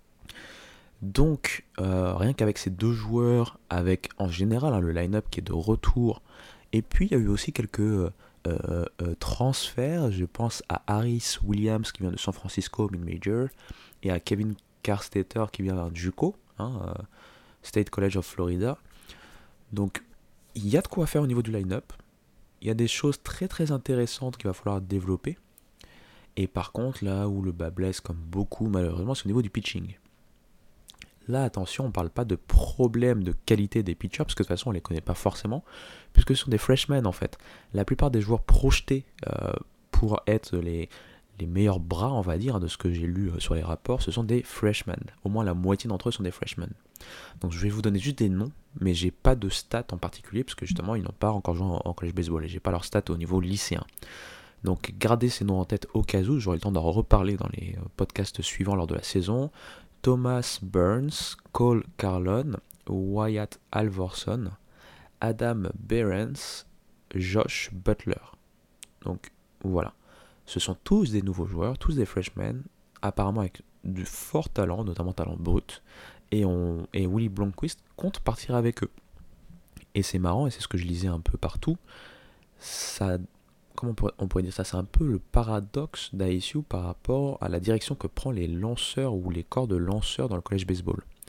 [SPEAKER 1] Donc rien qu'avec ces 2 joueurs, avec en général le line-up qui est de retour, et puis il y a eu aussi quelques transferts. Je pense à Harris Williams qui vient de San Francisco mid-major, et à Kevin Carstetter qui vient d'un JUCO, State College of Florida. Donc il y a de quoi faire au niveau du line-up. Il y a des choses très très intéressantes qu'il va falloir développer. Et par contre, là où le bas blesse comme beaucoup malheureusement, c'est au niveau du pitching. Là, attention, on ne parle pas de problème de qualité des pitchers, parce que de toute façon, on ne les connaît pas forcément, puisque ce sont des freshmen en fait. La plupart des joueurs projetés pour être les meilleurs bras, on va dire, de ce que j'ai lu sur les rapports, ce sont des freshmen. Au moins la moitié d'entre eux sont des freshmen. Donc je vais vous donner juste des noms, mais j'ai pas de stats en particulier, parce que justement, ils n'ont pas encore joué en college baseball, et j'ai pas leurs stats au niveau lycéen. Donc gardez ces noms en tête au cas où, j'aurai le temps d'en reparler dans les podcasts suivants lors de la saison. Thomas Burns, Cole Carlon, Wyatt Alvorson, Adam Behrens, Josh Butler. Donc voilà, ce sont tous des nouveaux joueurs, tous des freshmen, apparemment avec du fort talent, notamment talent brut, et Willie Blomqvist compte partir avec eux. Et c'est marrant, et c'est ce que je lisais un peu partout, ça... Comment on pourrait dire ça? C'est un peu le paradoxe d'ASU par rapport à la direction que prend les lanceurs ou les corps de lanceurs dans le college baseball.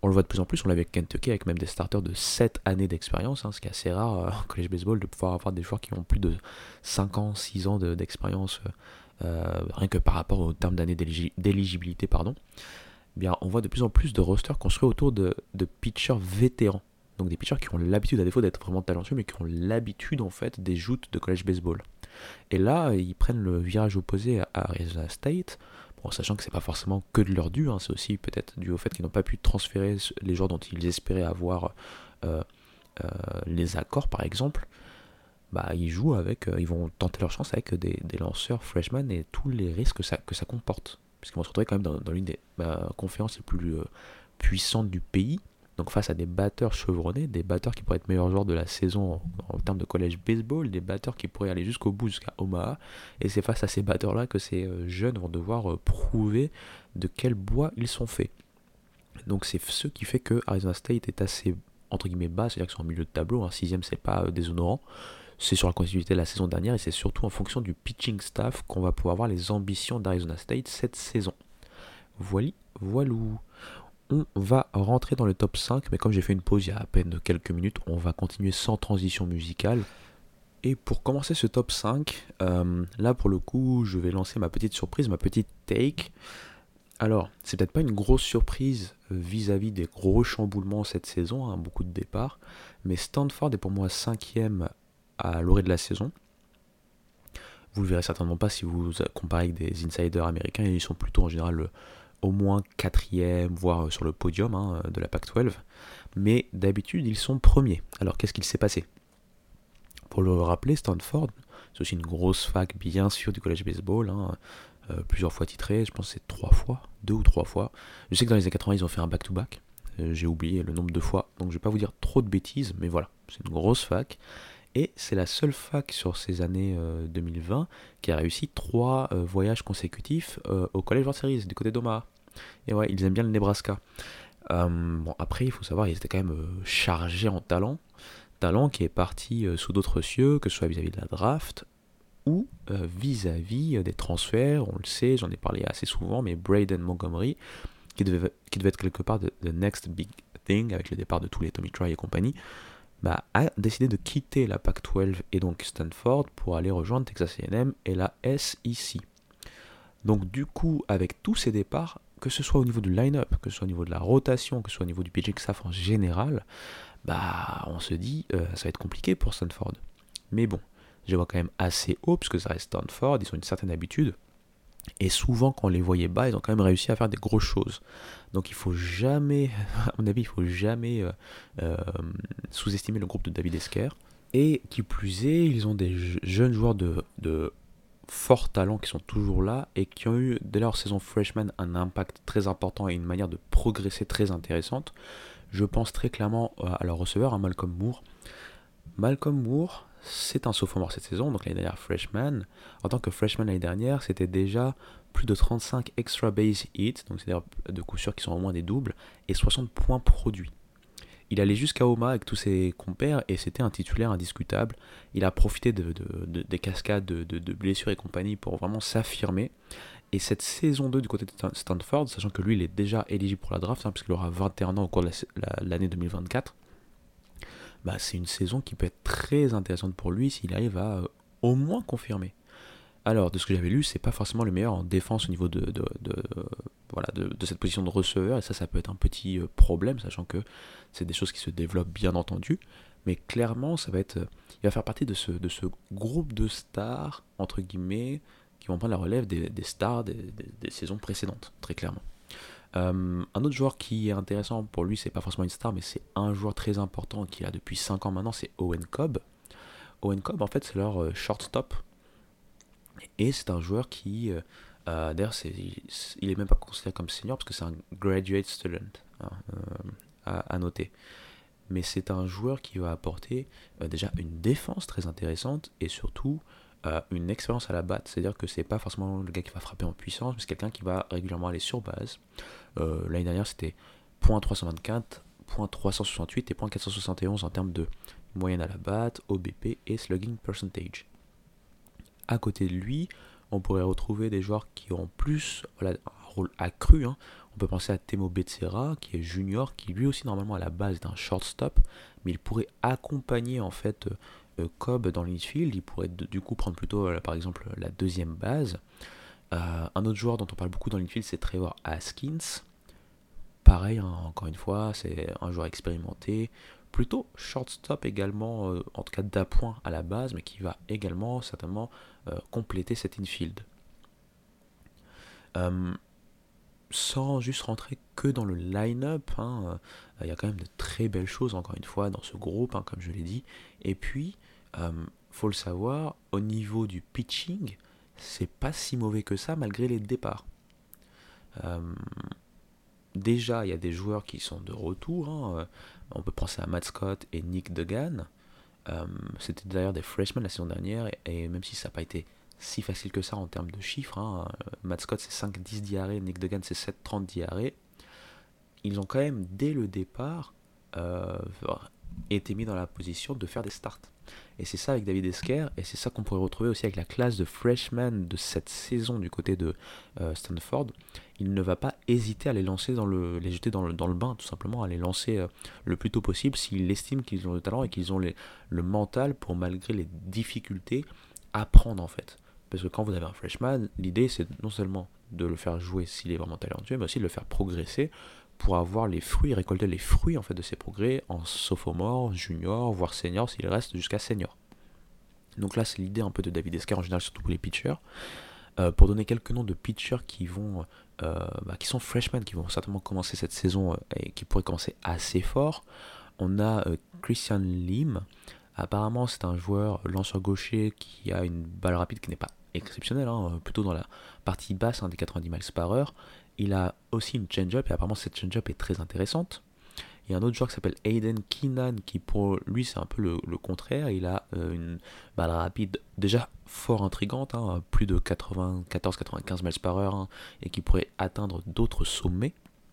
[SPEAKER 1] On le voit de plus en plus, on l'a vu avec Kentucky, avec même des starters de 7 années d'expérience, ce qui est assez rare en college baseball, de pouvoir avoir des joueurs qui ont plus de 5 ans, 6 ans d'expérience, rien que par rapport au terme d'années d'éligibilité, pardon. Eh bien, on voit de plus en plus de rosters construits autour de pitchers vétérans. Donc des pitchers qui ont l'habitude, à défaut d'être vraiment talentueux, mais qui ont l'habitude en fait des joutes de college baseball. Et là, ils prennent le virage opposé à Arizona State, bon, sachant que c'est pas forcément que de leur dû, c'est aussi peut-être dû au fait qu'ils n'ont pas pu transférer les joueurs dont ils espéraient avoir euh, les accords, par exemple. Bah, ils jouent avec, ils vont tenter leur chance avec des lanceurs freshmen et tous les risques que ça comporte. Puisqu'ils vont se retrouver quand même dans l'une des conférences les plus puissantes du pays. Donc face à des batteurs chevronnés, des batteurs qui pourraient être meilleurs joueurs de la saison en termes de college baseball, des batteurs qui pourraient aller jusqu'au bout, jusqu'à Omaha. Et c'est face à ces batteurs-là que ces jeunes vont devoir prouver de quel bois ils sont faits. Donc c'est ce qui fait que Arizona State est assez, entre guillemets, bas, c'est-à-dire qu'ils sont en milieu de tableau, un sixième c'est pas déshonorant. C'est sur la continuité de la saison dernière et c'est surtout en fonction du pitching staff qu'on va pouvoir voir les ambitions d'Arizona State cette saison. Voilou. On va rentrer dans le top 5, mais comme j'ai fait une pause il y a à peine quelques minutes, on va continuer sans transition musicale. Et pour commencer ce top 5, là pour le coup, je vais lancer ma petite surprise, ma petite take. Alors, c'est peut-être pas une grosse surprise vis-à-vis des gros chamboulements cette saison, beaucoup de départs, mais Stanford est pour moi 5e à l'orée de la saison. Vous le verrez certainement pas si vous comparez avec des insiders américains, ils sont plutôt en général au moins 4e, voire sur le podium de la Pac-12. Mais d'habitude, ils sont premiers. Alors, qu'est-ce qu'il s'est passé? Pour le rappeler, Stanford, c'est aussi une grosse fac, bien sûr, du college baseball, plusieurs fois titré, je pense que c'est 3 fois, 2 ou 3 fois. Je sais que dans les années 80, ils ont fait un back-to-back. J'ai oublié le nombre de fois, donc je vais pas vous dire trop de bêtises, mais voilà, c'est une grosse fac. Et c'est la seule fac sur ces années 2020 qui a réussi 3 voyages consécutifs au College World Series du côté d'Omaha. Et ouais, ils aiment bien le Nebraska. Bon, après, il faut savoir, ils étaient quand même chargés en talent. Talent qui est parti sous d'autres cieux, que ce soit vis-à-vis de la draft ou vis-à-vis des transferts. On le sait, j'en ai parlé assez souvent, mais Braden Montgomery, qui devait être quelque part the next big thing avec le départ de tous les Tommy Troy et compagnie, a décidé de quitter la Pac-12 et donc Stanford pour aller rejoindre Texas A&M et la SEC. Donc du coup, avec tous ces départs, que ce soit au niveau du line-up, que ce soit au niveau de la rotation, que ce soit au niveau du pitching staff en général, on se dit ça va être compliqué pour Stanford. Mais bon, je vois quand même assez haut, puisque ça reste Stanford, ils ont une certaine habitude. Et souvent, quand on les voyait bas, ils ont quand même réussi à faire des grosses choses. Donc il faut jamais, à mon avis, il faut jamais sous-estimer le groupe de David Esquer. Et qui plus est, ils ont des jeunes joueurs de forts talents qui sont toujours là et qui ont eu, dès leur saison freshman, un impact très important et une manière de progresser très intéressante. Je pense très clairement à leur receveur, Malcolm Moore. Malcolm Moore, c'est un sophomore cette saison, donc l'année dernière freshman. En tant que freshman l'année dernière, c'était déjà plus de 35 extra base hits, donc c'est-à-dire de coups sûrs qui sont au moins des doubles, et 60 points produits. Il allait jusqu'à Omaha avec tous ses compères et c'était un titulaire indiscutable. Il a profité des cascades de blessures et compagnie pour vraiment s'affirmer. Et cette saison 2 du côté de Stanford, sachant que lui il est déjà éligible pour la draft, puisqu'il aura 21 ans au cours de l'année 2024, c'est une saison qui peut être très intéressante pour lui s'il arrive à au moins confirmer. Alors, de ce que j'avais lu, c'est pas forcément le meilleur en défense au niveau de cette position de receveur, et ça peut être un petit problème, sachant que c'est des choses qui se développent bien entendu, mais clairement, il va faire partie de ce groupe de stars, entre guillemets, qui vont prendre la relève des stars des saisons précédentes, très clairement. Un autre joueur qui est intéressant pour lui, c'est pas forcément une star, mais c'est un joueur très important qui a depuis 5 ans maintenant, c'est Owen Cobb. Owen Cobb, en fait, c'est leur shortstop. Et c'est un joueur qui, d'ailleurs, il est même pas considéré comme senior parce que c'est un graduate student, à noter. Mais c'est un joueur qui va apporter déjà une défense très intéressante et surtout une expérience à la batte. C'est-à-dire que c'est pas forcément le gars qui va frapper en puissance, mais c'est quelqu'un qui va régulièrement aller sur base. L'année dernière, c'était .324, .368 et .471 en termes de moyenne à la batte, OBP et slugging percentage. À côté de lui, on pourrait retrouver des joueurs qui ont plus un rôle accru. On peut penser à Temo Becerra, qui est junior, qui lui aussi normalement à la base est un shortstop, mais il pourrait accompagner en fait Cobb dans l'infield. Il pourrait du coup prendre plutôt par exemple la deuxième base. Un autre joueur dont on parle beaucoup dans l'infield, c'est Trevor Haskins. Pareil, hein, encore une fois, c'est un joueur expérimenté, plutôt shortstop également, en tout cas d'appoint à la base, mais qui va également certainement compléter cet infield. Euh, Sans juste rentrer que dans le line-up, hein, il y a quand même de très belles choses, encore une fois, dans ce groupe, hein, comme je l'ai dit. Et puis, faut le savoir, au niveau du pitching, c'est pas si mauvais que ça, malgré les départs. Euh, Déjà, il y a des joueurs qui sont de retour, hein. On peut penser à Matt Scott et Nick Degan. C'était d'ailleurs des freshmen la saison dernière, et même si ça n'a pas été si facile que ça en termes de chiffres, hein, Matt Scott c'est 5-10 diarrhées, Nick Degan c'est 7-30 diarrhées, ils ont quand même dès le départ euh, été mis dans la position de faire des starts. Et c'est ça avec David Esquer, et c'est ça qu'on pourrait retrouver aussi avec la classe de freshmen de cette saison du côté de Stanford. Il ne va pas hésiter à les lancer les jeter dans le bain, tout simplement, à les lancer le plus tôt possible s'il estime qu'ils ont le talent et qu'ils ont le mental pour, malgré les difficultés, apprendre en fait. Parce que quand vous avez un freshman, l'idée c'est non seulement de le faire jouer s'il est vraiment talentueux, mais aussi de le faire progresser pour avoir les fruits, récolter les fruits en fait de ses progrès en sophomore, junior, voire senior s'il reste jusqu'à senior. Donc là c'est l'idée un peu de David Esquer en général, surtout pour les pitchers. Pour donner quelques noms de pitchers qui sont freshmen, qui vont certainement commencer cette saison et qui pourraient commencer assez fort, on a Christian Lim. Apparemment c'est un joueur lanceur gaucher qui a une balle rapide qui n'est pas exceptionnelle, hein, plutôt dans la partie basse, hein, des 90 miles par heure. Il a aussi une change-up et apparemment cette change-up est très intéressante. Il y a un autre joueur qui s'appelle Aiden Keenan qui pour lui c'est un peu le contraire. Il a une balle rapide déjà fort intrigante, hein, plus de 94-95 miles par heure, hein, et qui pourrait atteindre d'autres sommets.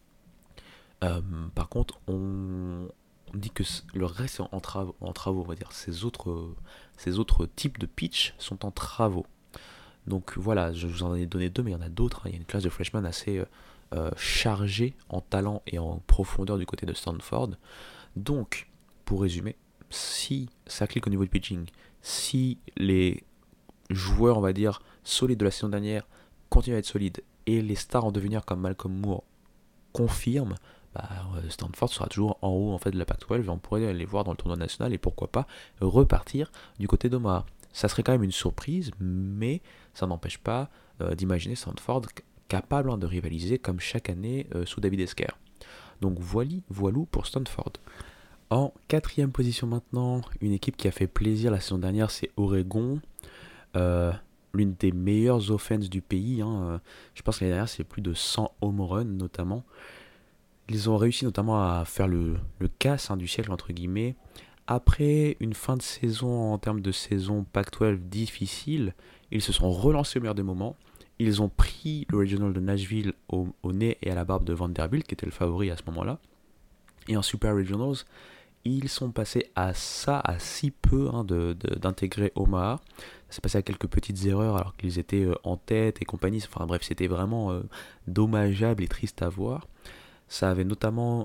[SPEAKER 1] Par contre, on dit que le reste est en travaux, on va dire. Ces autres types de pitch sont en travaux. Donc voilà, je vous en ai donné deux, mais il y en a d'autres, hein. Il y a une classe de freshmen assez chargée en talent et en profondeur du côté de Stanford. Donc, pour résumer, si ça clique au niveau du pitching, si les joueurs, on va dire, solides de la saison dernière continuent à être solides et les stars en devenir comme Malcolm Moore confirment, bah, Stanford sera toujours en haut en fait de la Pac-12 et on pourrait les voir dans le tournoi national et pourquoi pas repartir du côté d'Omaha. Ça serait quand même une surprise, mais ça n'empêche pas d'imaginer Stanford capable, hein, de rivaliser comme chaque année sous David Esquer. Donc voilou pour Stanford. En quatrième position maintenant, une équipe qui a fait plaisir la saison dernière, c'est Oregon. Euh, L'une des meilleures offenses du pays, hein. Je pense que l'année dernière, c'est plus de 100 home runs notamment. Ils ont réussi notamment à faire le casse, hein, du siècle, entre guillemets. Après une fin de saison en termes de saison Pac-12 difficile, ils se sont relancés au meilleur des moments. Ils ont pris le Regional de Nashville au nez et à la barbe de Vanderbilt, qui était le favori à ce moment-là. Et en Super Regionals, ils sont passés à si peu, hein, d'intégrer Omaha. C'est passé à quelques petites erreurs alors qu'ils étaient en tête et compagnie. Enfin bref, c'était vraiment dommageable et triste à voir. Ça avait notamment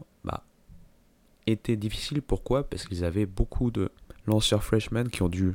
[SPEAKER 1] été difficile. Pourquoi ? Parce qu'ils avaient beaucoup de lanceurs freshmen qui ont dû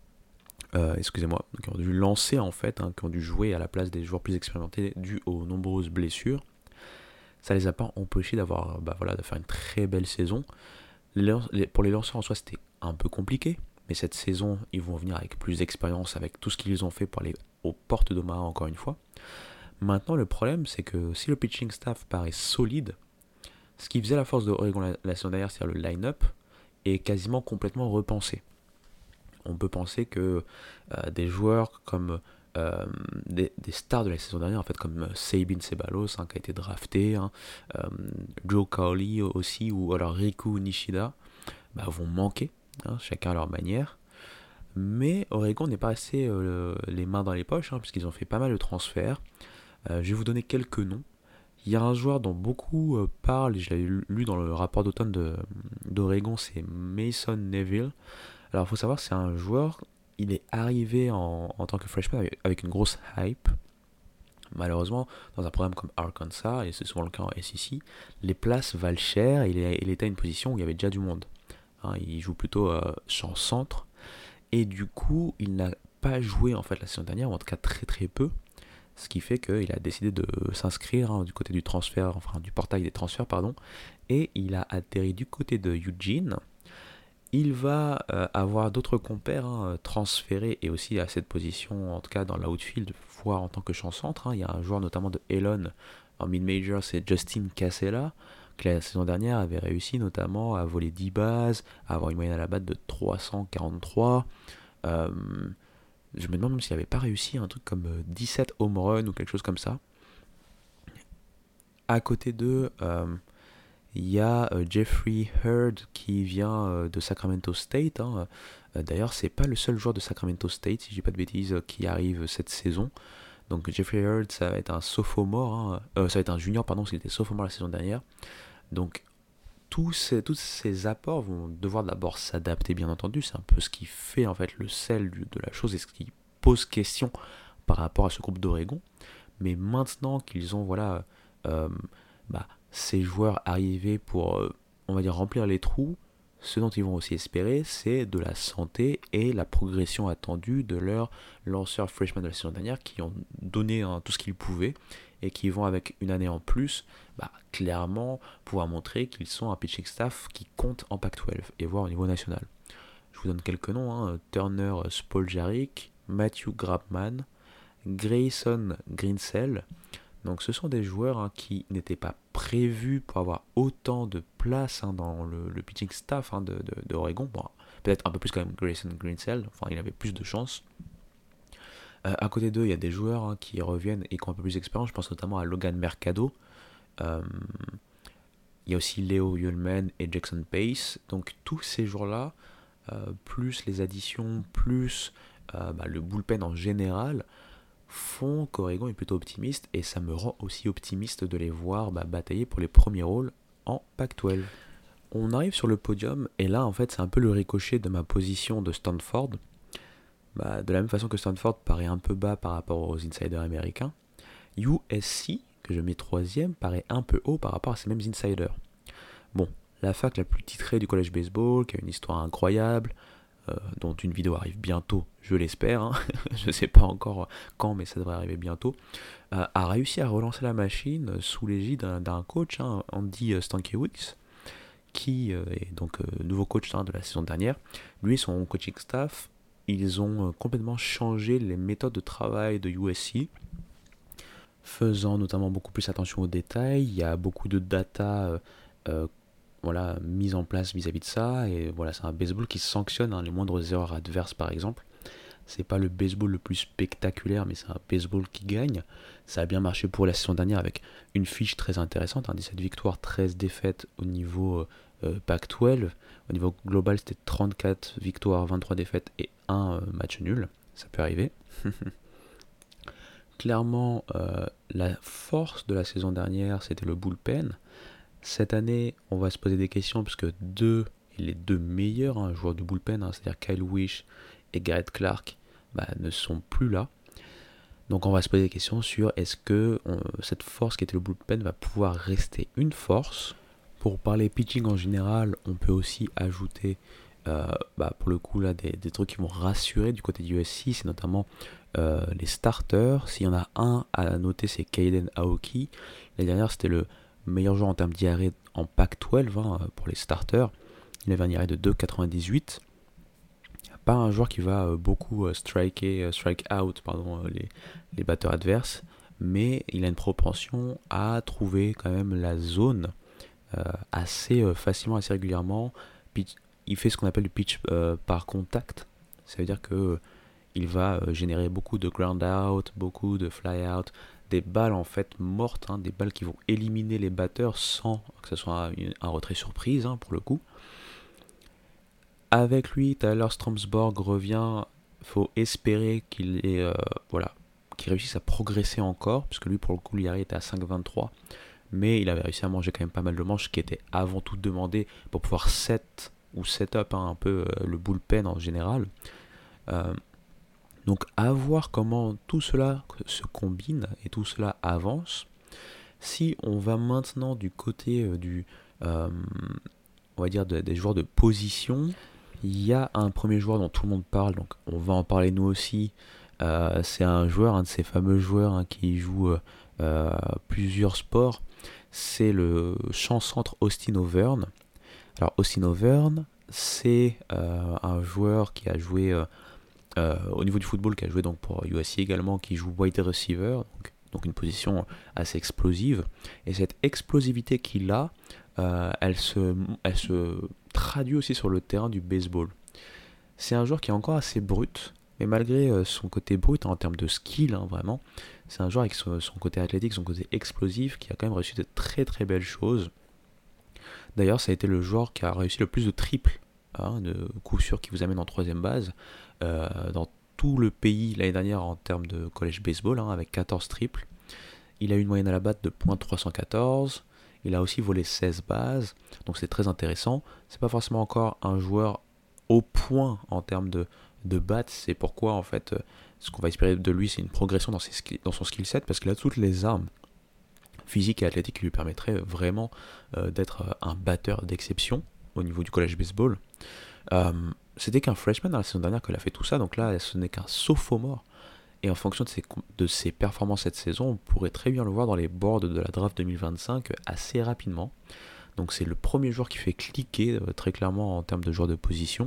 [SPEAKER 1] qui ont dû lancer en fait, hein, qui ont dû jouer à la place des joueurs plus expérimentés dû aux nombreuses blessures. Ça les a pas empêchés d'avoir, de faire une très belle saison. Pour les lanceurs en soi, c'était un peu compliqué, mais cette saison, ils vont venir avec plus d'expérience, avec tout ce qu'ils ont fait pour aller aux portes d'Omaha encore une fois. Maintenant, le problème, c'est que si le pitching staff paraît solide, ce qui faisait la force de Oregon la saison dernière, c'est-à-dire le line-up, est quasiment complètement repensé. On peut penser que des joueurs comme des stars de la saison dernière, en fait, comme Sabin Ceballos, hein, qui a été drafté, hein, Joe Cowley aussi, ou alors Riku Nishida, vont manquer, hein, chacun à leur manière. Mais Oregon n'est pas resté les mains dans les poches, hein, puisqu'ils ont fait pas mal de transferts. Je vais vous donner quelques noms. Il y a un joueur dont beaucoup parlent, et je l'avais lu dans le rapport d'automne d'Oregon, c'est Mason Neville. Alors il faut savoir, c'est un joueur, il est arrivé en tant que freshman avec une grosse hype. Malheureusement, dans un programme comme Arkansas, et c'est souvent le cas en SEC, les places valent cher et il était à une position où il y avait déjà du monde. Hein, il joue plutôt champ centre et du coup, il n'a pas joué en fait la saison dernière, ou en tout cas très très peu, ce qui fait qu'il a décidé de s'inscrire du côté du transfert, enfin du portail des transferts, pardon, et il a atterri du côté de Eugene. Il va avoir d'autres compères transférés et aussi à cette position, en tout cas dans l'outfield, voire en tant que champ centre. Il y a un joueur notamment de Elon en mid-major, c'est Justin Casella, qui la saison dernière avait réussi notamment à voler 10 bases, à avoir une moyenne à la batte de 343. Euh, je me demande même s'il n'avait pas réussi un truc comme 17 home runs ou quelque chose comme ça. À côté d'eux, il y a Jeffrey Hurd qui vient de Sacramento State. D'ailleurs, c'est pas le seul joueur de Sacramento State, si je dis pas de bêtises, qui arrive cette saison. Donc Jeffrey Hurd, ça va être un sophomore, ça va être un junior, pardon, parce qu'il était sophomore la saison dernière. Donc tous ces apports vont devoir d'abord s'adapter, bien entendu. C'est un peu ce qui fait en fait le sel de la chose et ce qui pose question par rapport à ce groupe d'Oregon. Mais maintenant qu'ils ont euh, ces joueurs arrivés pour, on va dire, remplir les trous, ce dont ils vont aussi espérer, c'est de la santé et la progression attendue de leurs lanceurs freshmen de la saison dernière qui ont donné tout ce qu'ils pouvaient et qui vont avec une année en plus, clairement pouvoir montrer qu'ils sont un pitching staff qui compte en Pac-12 et voire au niveau national. Je vous donne quelques noms, Turner Spoljaric, Matthew Grabman, Grayson Grinsell. Donc ce sont des joueurs qui n'étaient pas prévus pour avoir autant de place dans le pitching staff de Oregon. Bon, peut-être un peu plus quand même Grayson Grinsell, enfin il avait plus de chance. À côté d'eux, il y a des joueurs qui reviennent et qui ont un peu plus d'expérience. Je pense notamment à Logan Mercado. Euh, il y a aussi Leo Ullman et Jackson Pace. Donc tous ces joueurs-là, plus les additions, plus le bullpen en général, font qu'Oregon est plutôt optimiste et ça me rend aussi optimiste de les voir batailler pour les premiers rôles en Pac-12. On arrive sur le podium et là en fait c'est un peu le ricochet de ma position de Stanford. De la même façon que Stanford paraît un peu bas par rapport aux insiders américains, USC, que je mets troisième, paraît un peu haut par rapport à ces mêmes insiders. Bon, la fac la plus titrée du college baseball, qui a une histoire incroyable, dont une vidéo arrive bientôt, je l'espère, je ne sais pas encore quand, mais ça devrait arriver bientôt, a réussi à relancer la machine sous l'égide d'un coach, Andy Stankiewicz, qui est donc nouveau coach de la saison dernière. Lui et son coaching staff, ils ont complètement changé les méthodes de travail de USC, faisant notamment beaucoup plus attention aux détails. Il y a beaucoup de data mise en place vis-à-vis de ça, et voilà, c'est un baseball qui sanctionne les moindres erreurs adverses par exemple. C'est pas le baseball le plus spectaculaire, mais c'est un baseball qui gagne. Ça a bien marché pour la saison dernière avec une fiche très intéressante, 17 victoires, 13 défaites au niveau Pac-12. Au niveau global, c'était 34 victoires, 23 défaites et un match nul. Ça peut arriver. Clairement, la force de la saison dernière, c'était le bullpen. Cette année, on va se poser des questions puisque les deux meilleurs joueurs du bullpen, c'est-à-dire Kyle Wish et Garrett Clark, ne sont plus là. Donc on va se poser des questions sur est-ce que cette force qui était le bullpen va pouvoir rester une force. Pour parler pitching en général, on peut aussi ajouter pour le coup là des trucs qui vont rassurer du côté du USC, c'est notamment les starters. S'il y en a un à noter, c'est Kaden Aoki. L'année dernière, c'était le meilleur joueur en termes d'IRA en Pac-12 pour les starters. Il avait un IRA de 2,98. Pas un joueur qui va beaucoup strike out les batteurs adverses, mais il a une propension à trouver quand même la zone assez facilement, assez régulièrement. Il fait ce qu'on appelle du pitch par contact. Ça veut dire que il va générer beaucoup de ground out, beaucoup de fly out, des balles en fait mortes, des balles qui vont éliminer les batteurs sans que ce soit un retrait surprise pour le coup. Avec lui, Tyler Stromsborg revient. Il faut espérer qu'il qu'il réussisse à progresser encore, puisque lui pour le coup l'IRA était à 5,23, mais il avait réussi à manger quand même pas mal de manches, qui étaient avant tout demandées pour pouvoir set up un peu le bullpen en général. Donc à voir comment tout cela se combine et tout cela avance. Si on va maintenant du côté on va dire des joueurs de position, il y a un premier joueur dont tout le monde parle, donc on va en parler nous aussi. C'est un joueur, un de ces fameux joueurs qui joue plusieurs sports. C'est le champ-centre Austin Overn. Alors Austin Overn, c'est un joueur qui a joué au niveau du football, qui a joué donc pour USC également, qui joue wide receiver, donc une position assez explosive. Et cette explosivité qu'il a, elle se traduit aussi sur le terrain du baseball. C'est un joueur qui est encore assez brut, mais malgré son côté brut en termes de skill, vraiment, c'est un joueur avec son côté athlétique, son côté explosif, qui a quand même réussi de très très belles choses. D'ailleurs, ça a été le joueur qui a réussi le plus de triples, de coup sûr qui vous amène en troisième base, dans tout le pays l'année dernière en termes de college baseball, avec 14 triples. Il a eu une moyenne à la batte de .314. Il a aussi volé 16 bases, donc c'est très intéressant. C'est pas forcément encore un joueur au point en termes de batte, c'est pourquoi en fait ce qu'on va espérer de lui, c'est une progression dans son skill set, parce qu'il a toutes les armes physiques et athlétiques qui lui permettraient vraiment d'être un batteur d'exception au niveau du college baseball. C'était qu'un freshman dans la saison dernière qu'il a fait tout ça, donc là ce n'est qu'un sophomore. Et en fonction de ses performances cette saison, on pourrait très bien le voir dans les boards de la draft 2025 assez rapidement. Donc c'est le premier joueur qui fait cliquer très clairement en termes de joueur de position.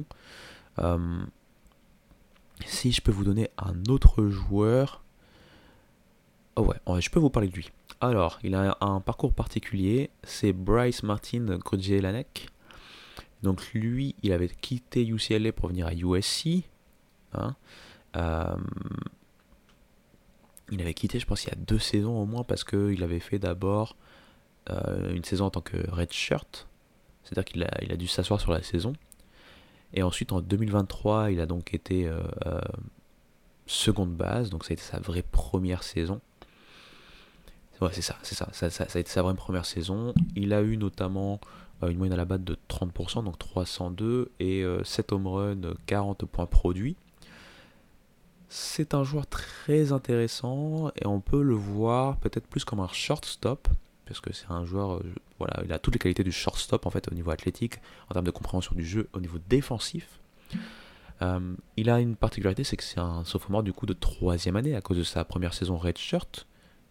[SPEAKER 1] Si je peux vous donner un autre joueur... Oh ouais, je peux vous parler de lui. Alors, il a un parcours particulier, c'est Bryce Martin Gojelanek. Donc lui, il avait quitté UCLA pour venir à USC. Il avait quitté, je pense, il y a 2 saisons au moins, parce qu'il avait fait d'abord une saison en tant que redshirt, c'est-à-dire qu'il a dû s'asseoir sur la saison. Et ensuite, en 2023, il a donc été seconde base, donc ça a été sa vraie première saison. Ouais, c'est ça a été sa vraie première saison. Il a eu notamment une moyenne à la batte de 30%, donc 302, et 7 home runs, 40 points produits. C'est un joueur très intéressant et on peut le voir peut-être plus comme un shortstop, parce que c'est un joueur, il a toutes les qualités du shortstop en fait au niveau athlétique, en termes de compréhension du jeu, au niveau défensif. Il a une particularité, c'est que c'est un sophomore du coup de 3e année à cause de sa première saison redshirt.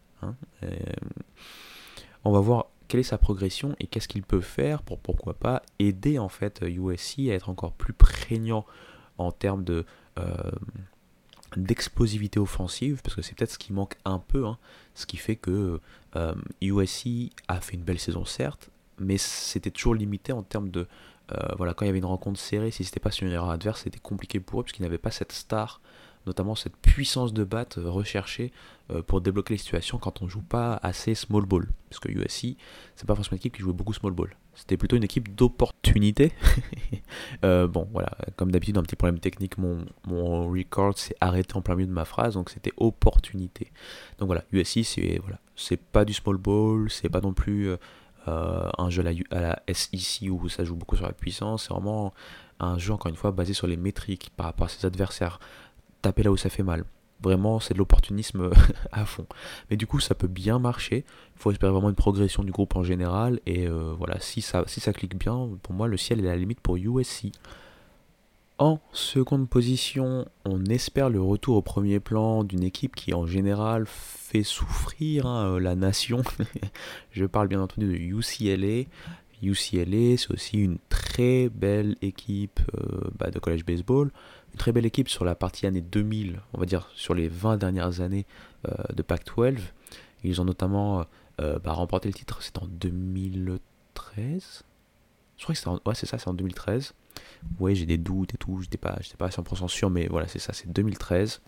[SPEAKER 1] On va voir quelle est sa progression et qu'est-ce qu'il peut faire pour pourquoi pas aider en fait USC à être encore plus prégnant en termes d'explosivité offensive, parce que c'est peut-être ce qui manque un peu, ce qui fait que USC a fait une belle saison certes, mais c'était toujours limité en termes de quand il y avait une rencontre serrée, si c'était pas sur une erreur adverse, c'était compliqué pour eux parce qu'ils n'avaient pas cette star, notamment cette puissance de batte recherchée pour débloquer les situations quand on joue pas assez small ball, parce que USC c'est pas forcément une équipe qui jouait beaucoup small ball, c'était plutôt une équipe d'opportunité. Comme d'habitude un petit problème technique, mon record s'est arrêté en plein milieu de ma phrase, donc c'était opportunité. Donc voilà, USC c'est pas du small ball, c'est pas non plus un jeu à la SEC où ça joue beaucoup sur la puissance, c'est vraiment un jeu encore une fois basé sur les métriques par rapport à ses adversaires, taper là où ça fait mal. Vraiment, c'est de l'opportunisme à fond. Mais du coup, ça peut bien marcher. Il faut espérer vraiment une progression du groupe en général. Et si ça clique bien, pour moi, le ciel est à la limite pour USC. En seconde position, on espère le retour au premier plan d'une équipe qui, en général, fait souffrir la nation. Je parle bien entendu de UCLA. UCLA, c'est aussi une très belle équipe de college baseball. Une très belle équipe sur la partie année 2000, on va dire sur les 20 dernières années de Pac-12. Ils ont notamment remporté le titre, c'est en 2013. Je crois que c'est en 2013. Ouais, j'ai des doutes et tout, j'étais pas à 100% sûr, mais voilà, c'est ça, c'est 2013.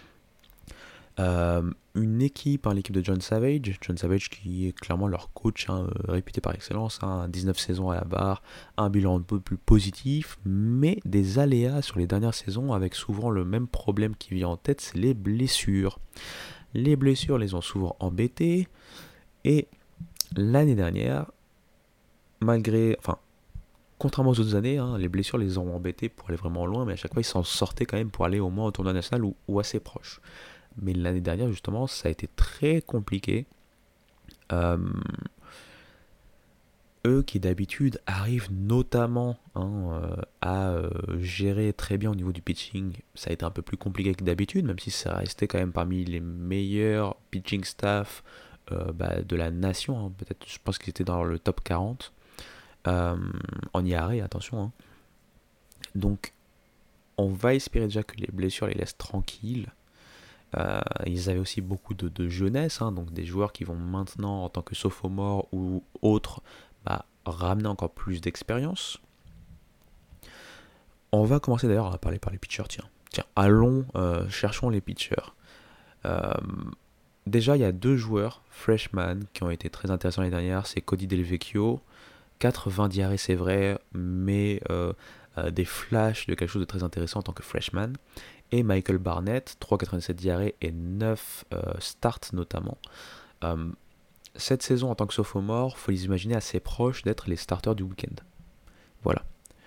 [SPEAKER 1] Une équipe, l'équipe de John Savage qui est clairement leur coach, réputé par excellence, 19 saisons à la barre, un bilan un peu plus positif, mais des aléas sur les dernières saisons avec souvent le même problème qui vient en tête, c'est les blessures. Les blessures les ont souvent embêtés, et l'année dernière, contrairement aux autres années, hein, les blessures les ont embêtés pour aller vraiment loin, mais à chaque fois ils s'en sortaient quand même pour aller au moins au tournoi national ou assez proche. Mais l'année dernière, justement, ça a été très compliqué. Euh, Eux qui d'habitude arrivent notamment à gérer très bien au niveau du pitching, ça a été un peu plus compliqué que d'habitude, même si ça restait quand même parmi les meilleurs pitching staff de la nation. Hein. Peut-être, je pense qu'ils étaient dans le top 40 en IRA, attention. Hein. Donc, on va espérer déjà que les blessures les laissent tranquilles. Ils avaient aussi beaucoup de jeunesse, hein, donc des joueurs qui vont maintenant, en tant que sophomore ou autres, ramener encore plus d'expérience. On va commencer d'ailleurs à parler par les pitchers. Tiens, allons, cherchons les pitchers. Euh, Déjà, il y a 2 joueurs freshman qui ont été très intéressants l'année dernière. C'est Cody Delvecchio, 4,20 d'IRA, c'est vrai, mais des flashs de quelque chose de très intéressant en tant que freshman. Et Michael Barnett, 3,97 d'IRA et 9 starts notamment. Cette saison en tant que sophomore, faut les imaginer assez proches d'être les starters du week-end. Voilà.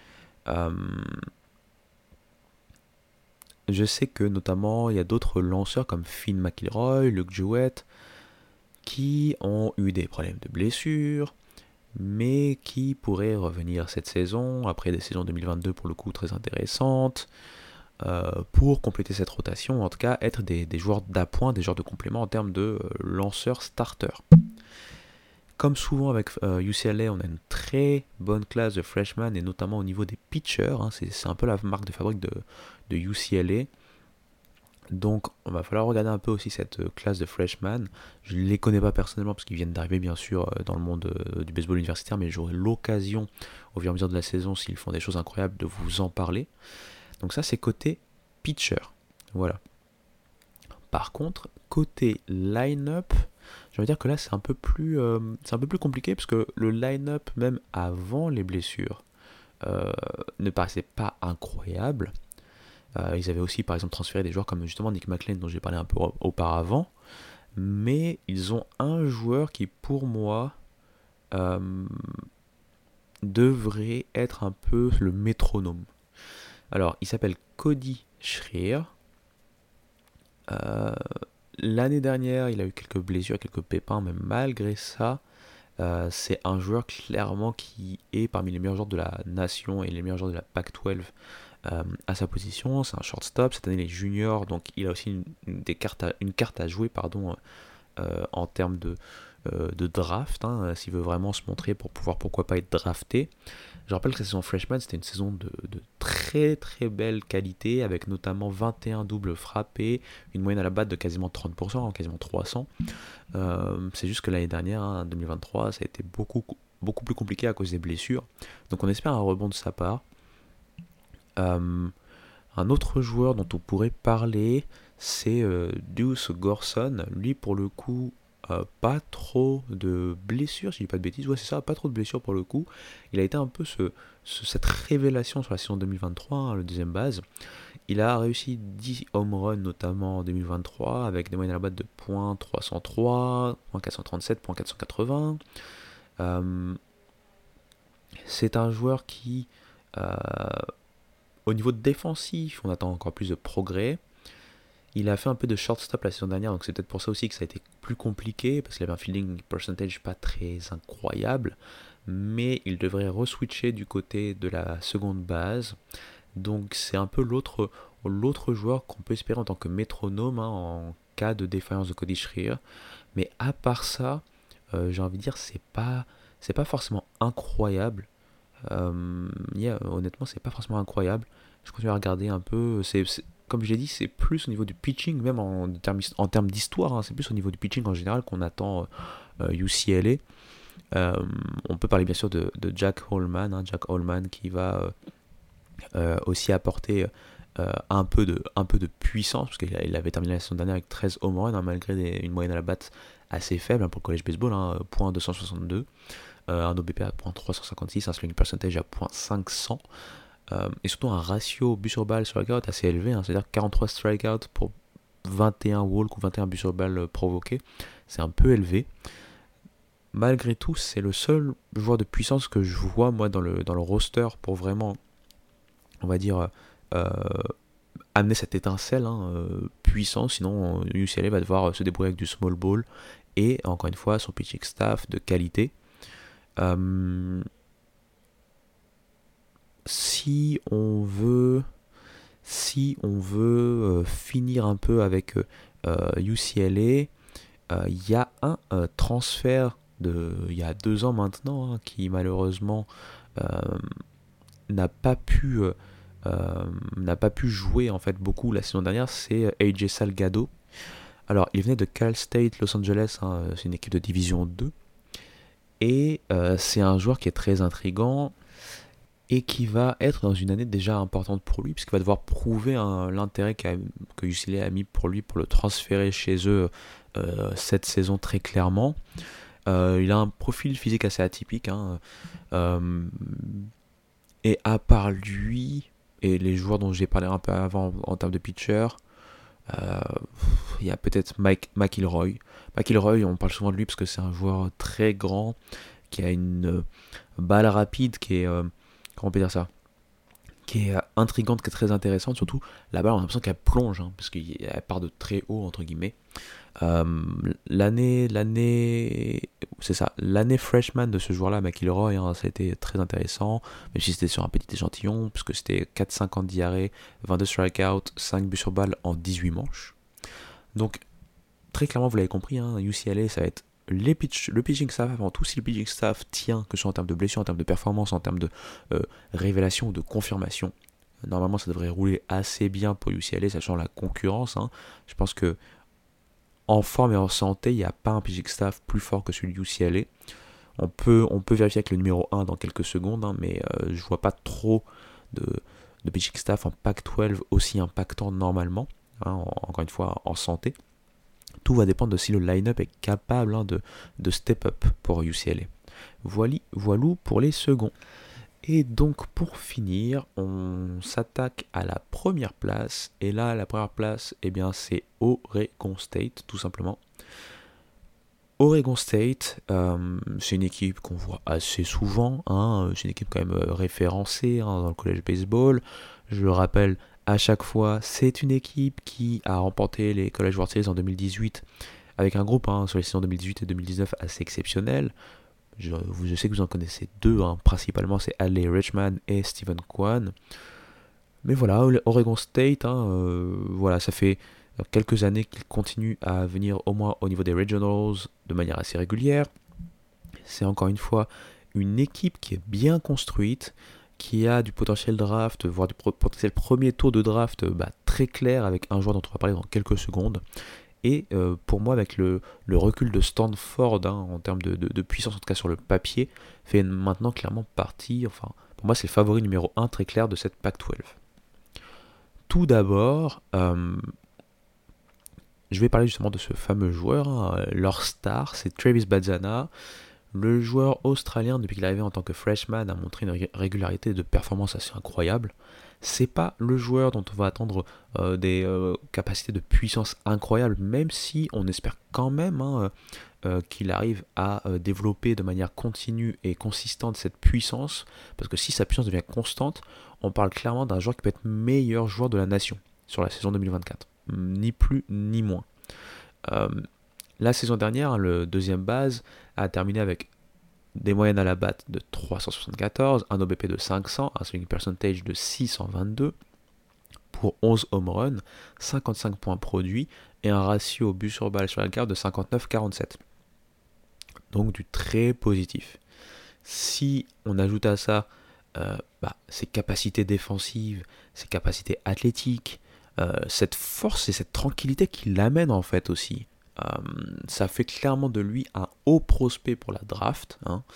[SPEAKER 1] Je sais que notamment il y a d'autres lanceurs comme Finn McIlroy, Luke Jewett, qui ont eu des problèmes de blessures, mais qui pourraient revenir cette saison, après des saisons 2022 pour le coup très intéressantes, pour compléter cette rotation, en tout cas être des joueurs d'appoint, des joueurs de complément en termes de lanceurs starters. Comme souvent avec UCLA, on a une très bonne classe de freshmen, et notamment au niveau des pitchers, hein, c'est un peu la marque de fabrique de UCLA. Donc on va falloir regarder un peu aussi cette classe de freshmen. Je ne les connais pas personnellement parce qu'ils viennent d'arriver bien sûr dans le monde du baseball universitaire, mais j'aurai l'occasion au fur et à mesure de la saison, s'ils font des choses incroyables, de vous en parler. Donc ça c'est côté pitcher. Voilà. Par contre, côté line-up, je veux dire que là c'est un peu plus compliqué parce que le line-up même avant les blessures ne paraissait pas incroyable. Ils avaient aussi par exemple transféré des joueurs comme justement Nick McLean dont j'ai parlé un peu auparavant, mais ils ont un joueur qui pour moi devrait être un peu le métronome. Alors il s'appelle Cody Schreier. L'année dernière il a eu quelques blessures, quelques pépins, mais malgré ça c'est un joueur clairement qui est parmi les meilleurs joueurs de la nation et les meilleurs joueurs de la Pac-12 à sa position. C'est un shortstop, cette année il est junior, donc il a aussi une carte à jouer en termes de draft, hein, s'il veut vraiment se montrer pour pouvoir pourquoi pas être drafté. Je rappelle que sa saison freshman c'était une saison de très très belle qualité, avec notamment 21 doubles frappés, une moyenne à la batte de quasiment 30%, quasiment 300. C'est juste que l'année dernière, hein, 2023, ça a été beaucoup plus compliqué à cause des blessures. Donc on espère un rebond de sa part. Un autre joueur dont on pourrait parler, c'est Deuce Gorson. Lui, pour le coup, pas trop de blessures, si je dis pas de bêtises. Ouais, c'est ça, pas trop de blessures pour le coup. Il a été un peu cette révélation sur la saison 2023, hein, le deuxième base. Il a réussi 10 home runs notamment en 2023 avec des moyennes à la batte de .303, .437, .480. C'est un joueur qui, au niveau défensif, on attend encore plus de progrès. Il a fait un peu de shortstop la saison dernière, donc c'est peut-être pour ça aussi que ça a été plus compliqué, parce qu'il avait un fielding percentage pas très incroyable, mais il devrait re-switcher du côté de la seconde base. Donc c'est un peu l'autre joueur qu'on peut espérer en tant que métronome, hein, en cas de défaillance de Cody Schreier. Mais à part ça, j'ai envie de dire c'est pas forcément incroyable. Honnêtement, c'est pas forcément incroyable. Je continue à regarder un peu. Comme je l'ai dit, c'est plus au niveau du pitching, même en termes d'histoire. Hein, c'est plus au niveau du pitching en général qu'on attend UCLA. On peut parler bien sûr de Jack Holman, hein, Jack Holman qui va aussi apporter un peu de puissance, parce qu'il avait terminé la saison dernière avec 13 home runs, hein, malgré une moyenne à la batte assez faible, hein, pour le college baseball, hein, .262. Un OBP à .356, un slugging percentage à .500, et surtout un ratio but sur balle strikeout assez élevé, hein, c'est-à-dire 43 strikeouts pour 21 walks ou 21 buts sur balle provoqués, c'est un peu élevé. malgré tout, c'est le seul joueur de puissance que je vois moi dans le roster pour vraiment, on va dire, euh, amener cette étincelle puissance. Sinon, UCLA va devoir se débrouiller avec du small ball et encore une fois son pitching staff de qualité. Euh, si on veut, finir un peu avec UCLA, il y a un transfert il y a 2 ans maintenant qui malheureusement euh, n'a pas pu jouer en fait beaucoup la saison dernière. C'est AJ Salgado. Alors il venait de Cal State Los Angeles, c'est une équipe de division 2 et c'est un joueur qui est très intriguant et qui va être dans une année déjà importante pour lui, puisqu'il va devoir prouver l'intérêt que UCLA a mis pour lui pour le transférer chez eux cette saison très clairement. Il a un profil physique assez atypique, euh, et à part lui et les joueurs dont j'ai parlé un peu avant en termes de pitcher, euh, il y a peut-être Mike McIlroy. McIlroy, on parle souvent de lui parce que c'est un joueur très grand qui a une balle rapide qui est, comment on peut dire ça, qui est intrigante, qui est très intéressante. Surtout, la balle, on a l'impression qu'elle plonge, parce qu'elle part de très haut, entre guillemets. Euh, c'est ça, l'année freshman de ce joueur-là, McIlroy, ça a été très intéressant, même si c'était sur un petit échantillon, puisque c'était 4-50 diarrhées, 22 strikeouts, 5 buts sur balle en 18 manches. Donc, très clairement, vous l'avez compris, UCLA, ça va être le pitching staff avant tout. Si le pitching staff tient, que ce soit en termes de blessure, en termes de performance, en termes de révélation ou de confirmation, normalement ça devrait rouler assez bien pour UCLA, sachant la concurrence. Je pense que en forme et en santé, il n'y a pas un pitching staff plus fort que celui de UCLA. On peut vérifier avec le numéro 1 dans quelques secondes, mais je vois pas trop de pitching staff en Pac-12 aussi impactant normalement, encore une fois en santé. Tout va dépendre de si le line-up est capable de step up pour UCLA. Voilou pour les seconds. Et donc pour finir, on s'attaque à la première place. Et là, la première place, c'est Oregon State, tout simplement. Oregon State, c'est une équipe qu'on voit assez souvent. C'est une équipe quand même référencée dans le college baseball. Je le rappelle à chaque fois, c'est une équipe qui a remporté les College World Series en 2018 avec un groupe sur les saisons 2018 et 2019 assez exceptionnel. Je sais que vous en connaissez deux, principalement c'est Adley Richman et Stephen Kwan. Mais voilà, Oregon State, voilà, ça fait quelques années qu'ils continuent à venir au moins au niveau des regionals de manière assez régulière. C'est encore une fois une équipe qui est bien construite, qui a du potentiel draft, voire du potentiel premier tour de draft très clair avec un joueur dont on va parler dans quelques secondes. Et pour moi, avec le recul de Stanford en termes de puissance, en tout cas sur le papier, fait maintenant clairement partie, enfin, pour moi c'est le favori numéro 1 très clair de cette Pac-12. Tout d'abord, je vais parler justement de ce fameux joueur, leur star, c'est Travis Bazzana. Le joueur australien, depuis qu'il est arrivé en tant que freshman, a montré une régularité de performance assez incroyable. C'est pas le joueur dont on va attendre des capacités de puissance incroyables, même si on espère quand même qu'il arrive à développer de manière continue et consistante cette puissance, parce que si sa puissance devient constante, on parle clairement d'un joueur qui peut être meilleur joueur de la nation sur la saison 2024, ni plus ni moins. La saison dernière, le deuxième base a terminé avec des moyennes à la batte de 374, un OBP de 500, un swing percentage de 622 pour 11 home runs, 55 points produits et un ratio but sur balle sur la carte de 59-47. Donc du très positif. Si on ajoute à ça ses capacités défensives, ses capacités athlétiques, cette force et cette tranquillité qui l'amène en fait aussi. Ça fait clairement de lui un haut prospect pour la draft.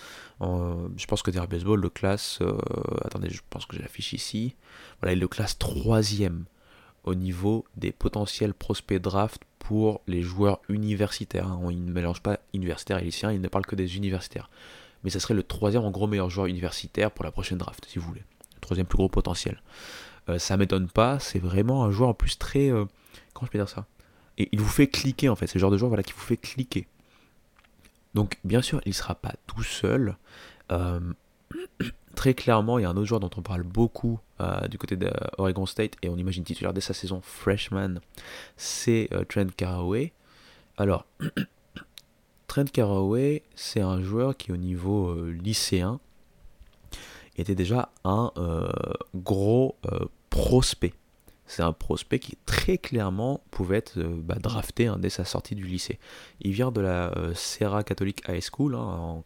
[SPEAKER 1] Je pense que derrière baseball le classe. Attendez, je pense que j'ai l'affiche ici. Voilà, il le classe 3e au niveau des potentiels prospects draft pour les joueurs universitaires. Il ne mélange pas universitaire et lycéen, il ne parle que des universitaires. Mais ça serait le 3e en gros meilleur joueur universitaire pour la prochaine draft, si vous voulez. Le 3e plus gros potentiel. Ça m'étonne pas, c'est vraiment un joueur en plus très. Comment je peux dire ça? Et il vous fait cliquer en fait, c'est le genre de joueur qui vous fait cliquer. Donc bien sûr, il ne sera pas tout seul. Euh, Très clairement, il y a un autre joueur dont on parle beaucoup du côté d'Oregon State, et on imagine titulaire dès sa saison freshman, c'est Trent Carraway. Alors, Trent Carraway, c'est un joueur qui au niveau lycéen était déjà un gros prospect. C'est un prospect qui très clairement pouvait être drafté dès sa sortie du lycée. Il vient de la Serra Catholic High School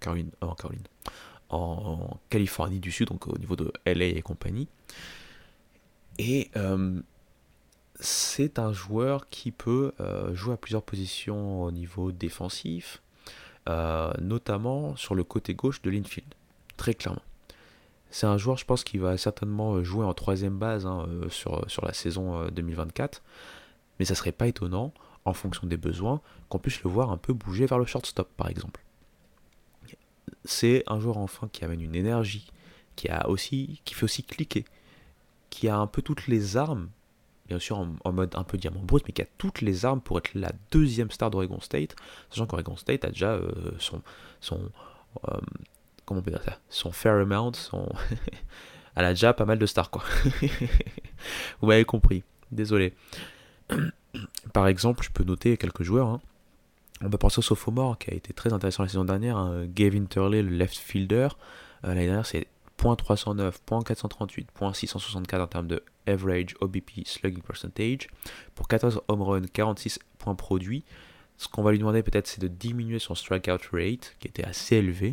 [SPEAKER 1] en Californie du Sud, donc au niveau de LA et compagnie. Et c'est un joueur qui peut jouer à plusieurs positions au niveau défensif, notamment sur le côté gauche de l'infield, très clairement. C'est un joueur, je pense, qui va certainement jouer en troisième base sur la saison 2024, mais ça serait pas étonnant, en fonction des besoins, qu'on puisse le voir un peu bouger vers le shortstop, par exemple. C'est un joueur enfin qui amène une énergie, qui fait aussi cliquer, qui a un peu toutes les armes, bien sûr en mode un peu diamant brut, mais qui a toutes les armes pour être la deuxième star d'Oregon State, sachant qu'Oregon State a déjà son euh, comment on peut dire ça, son fair amount, elle a déjà pas mal de stars, quoi. Vous m'avez compris, désolé. Par exemple, je peux noter quelques joueurs, hein. On peut penser au sophomore qui a été très intéressant la saison dernière, hein, Gavin Turley, le left fielder. L'année dernière, c'est .309, .438, .664 en termes de average OBP slugging percentage. Pour 14 home runs, 46 points produits. Ce qu'on va lui demander peut-être, c'est de diminuer son strikeout rate, qui était assez élevé.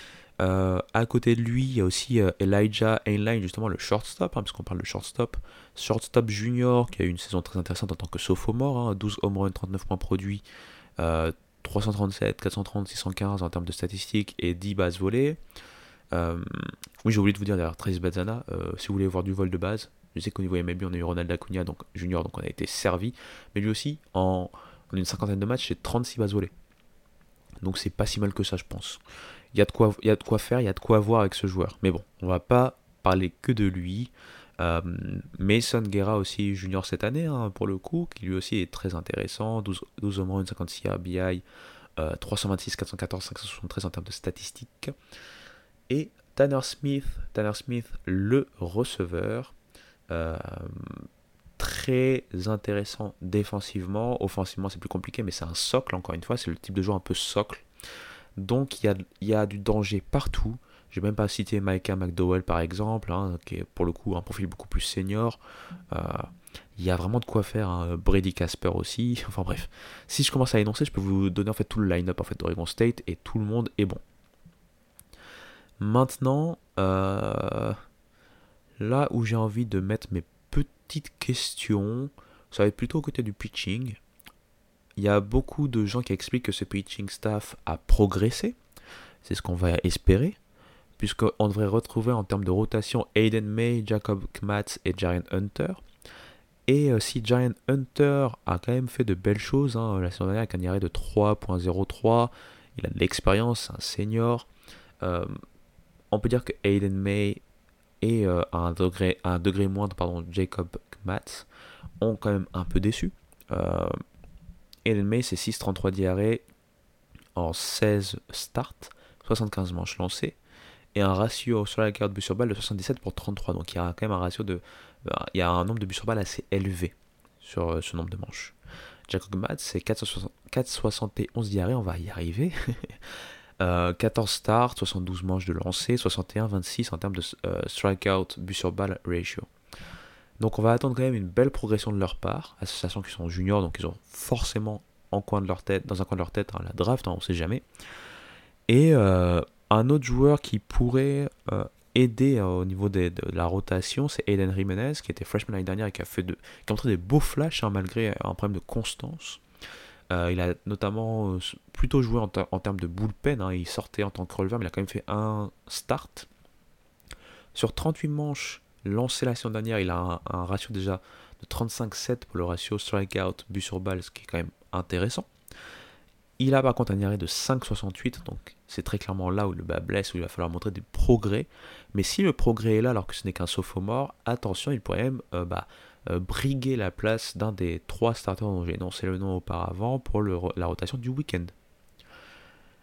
[SPEAKER 1] À côté de lui, il y a aussi Elijah Heinlein, justement le shortstop, hein, puisqu'on parle de shortstop. Shortstop junior, qui a eu une saison très intéressante en tant que sophomore, hein, 12 home runs, 39 points produits. 337, 430, 615 en termes de statistiques et 10 bases volées. Oui, j'ai oublié de vous dire d'ailleurs, Travis Bazzana, si vous voulez voir du vol de base, je sais qu'au niveau MLB, on a eu Ronald Acuna, donc junior, donc on a été servi, mais lui aussi, en une cinquantaine de matchs, c'est 36 bases volées. Donc c'est pas si mal que ça, je pense. Il y a de quoi faire, il y a de quoi voir avec ce joueur. Mais bon, on va pas parler que de lui. Mason Guerra aussi junior cette année, hein, pour le coup, qui lui aussi est très intéressant. 12 home runs, 56 RBI, 326, 414, 573 en termes de statistiques. Et Tanner Smith, le receveur, euh, très intéressant défensivement. Offensivement, c'est plus compliqué, mais c'est un socle, encore une fois, c'est le type de joueur un peu socle. Donc il y a du danger partout. Je vais même pas citer Micah McDowell par exemple, hein, qui est pour le coup un profil beaucoup plus senior. Euh, il y a vraiment de quoi faire, hein. Brady Casper aussi. Enfin bref, si je commence à énoncer, je peux vous donner en fait tout le line-up en fait d'Oregon State et tout le monde est bon. Maintenant, là où j'ai envie de mettre mes petites questions, ça va être plutôt au côté du pitching. Il y a beaucoup de gens qui expliquent que ce pitching staff a progressé. C'est ce qu'on va espérer, puisqu'on devrait retrouver en termes de rotation Aiden May, Jacob Kmatz et Jaren Hunter. Et si Jaren Hunter a quand même fait de belles choses, hein, la saison dernière avec un IRA de 3.03, il a de l'expérience, c'est un senior. Euh, on peut dire que Aiden May et à un degré moindre, Jacob Kmatz ont quand même un peu déçu. Aiden May, c'est 6.33 d'IRA en 16 starts, 75 manches lancées, et un ratio sur la carte but sur balle de 77 pour 33. Donc il y a quand même un ratio il y a un nombre de buts sur balle assez élevé sur ce nombre de manches. Jacob Kmatz, c'est 4,71 d'IRA, on va y arriver. 14 starts, 72 manches de lancer, 61-26 en termes de strikeout but sur balle ratio. Donc on va attendre quand même une belle progression de leur part, sachant qu'ils sont juniors, donc ils ont forcément dans un coin de leur tête, hein, la draft, hein, on ne sait jamais. Et un autre joueur qui pourrait aider au niveau de la rotation, c'est Aiden Jimenez, qui était freshman l'année dernière et qui a montré des beaux flashs, hein, malgré un problème de constance. Il a notamment plutôt joué en termes de bullpen, hein, il sortait en tant que releveur, mais il a quand même fait un start. Sur 38 manches lancées la saison dernière, il a un ratio déjà de 35-7 pour le ratio strikeout, but sur balle, ce qui est quand même intéressant. Il a par contre un IRA de 5,68, donc c'est très clairement là où le bas blesse, où il va falloir montrer des progrès. Mais si le progrès est là alors que ce n'est qu'un sophomore, attention, il pourrait même briguer la place d'un des 3 starters dont j'ai énoncé le nom auparavant pour la rotation du week-end.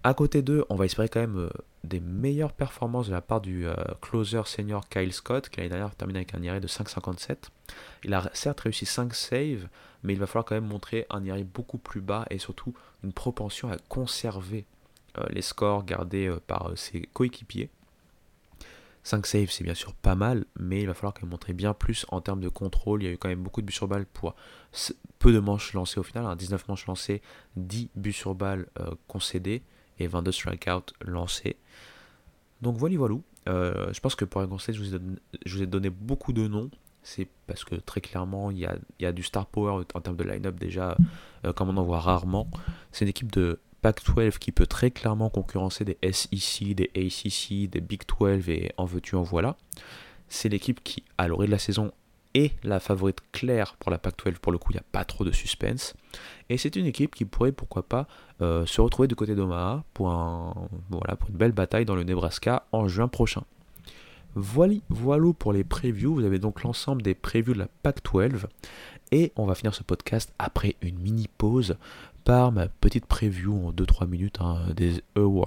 [SPEAKER 1] À côté d'eux, on va espérer quand même des meilleures performances de la part du closer senior Kyle Scott, qui l'année dernière terminé avec un ERA de 5,57. Il a certes réussi 5 saves, mais il va falloir quand même montrer un ERA beaucoup plus bas et surtout une propension à conserver les scores gardés par ses coéquipiers. 5 saves, c'est bien sûr pas mal, mais il va falloir quand même montrer bien plus en termes de contrôle. Il y a eu quand même beaucoup de buts sur balle pour peu de manches lancées au final. 19 manches lancées, 10 buts sur balle concédés et 22 strikeouts lancés. Donc voilà. Je pense que pour Oregon State, je vous ai donné beaucoup de noms. C'est parce que très clairement, il y a du star power en termes de line-up déjà, comme on en voit rarement. C'est une équipe de Pac-12 qui peut très clairement concurrencer des SEC, des ACC, des Big 12 et en veux-tu en voilà. C'est l'équipe qui, à l'orée de la saison, est la favorite claire pour la Pac-12. Pour le coup, il n'y a pas trop de suspense. Et c'est une équipe qui pourrait, pourquoi pas, se retrouver du côté d'Omaha pour une belle bataille dans le Nebraska en juin prochain. Voilà pour les previews. Vous avez donc l'ensemble des previews de la Pac-12. Et on va finir ce podcast après une mini pause par ma petite preview en 2-3 minutes des awards.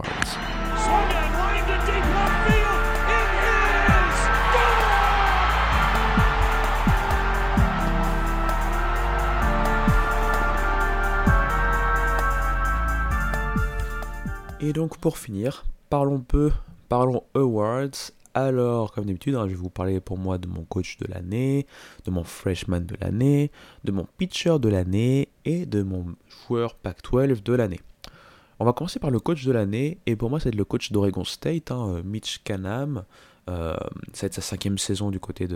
[SPEAKER 1] Et donc pour finir, parlons awards. Alors, comme d'habitude, je vais vous parler pour moi de mon coach de l'année, de mon freshman de l'année, de mon pitcher de l'année et de mon joueur Pac-12 de l'année. On va commencer par le coach de l'année, et pour moi, c'est le coach d'Oregon State, Mitch Canham. Ça va être sa 5e saison du côté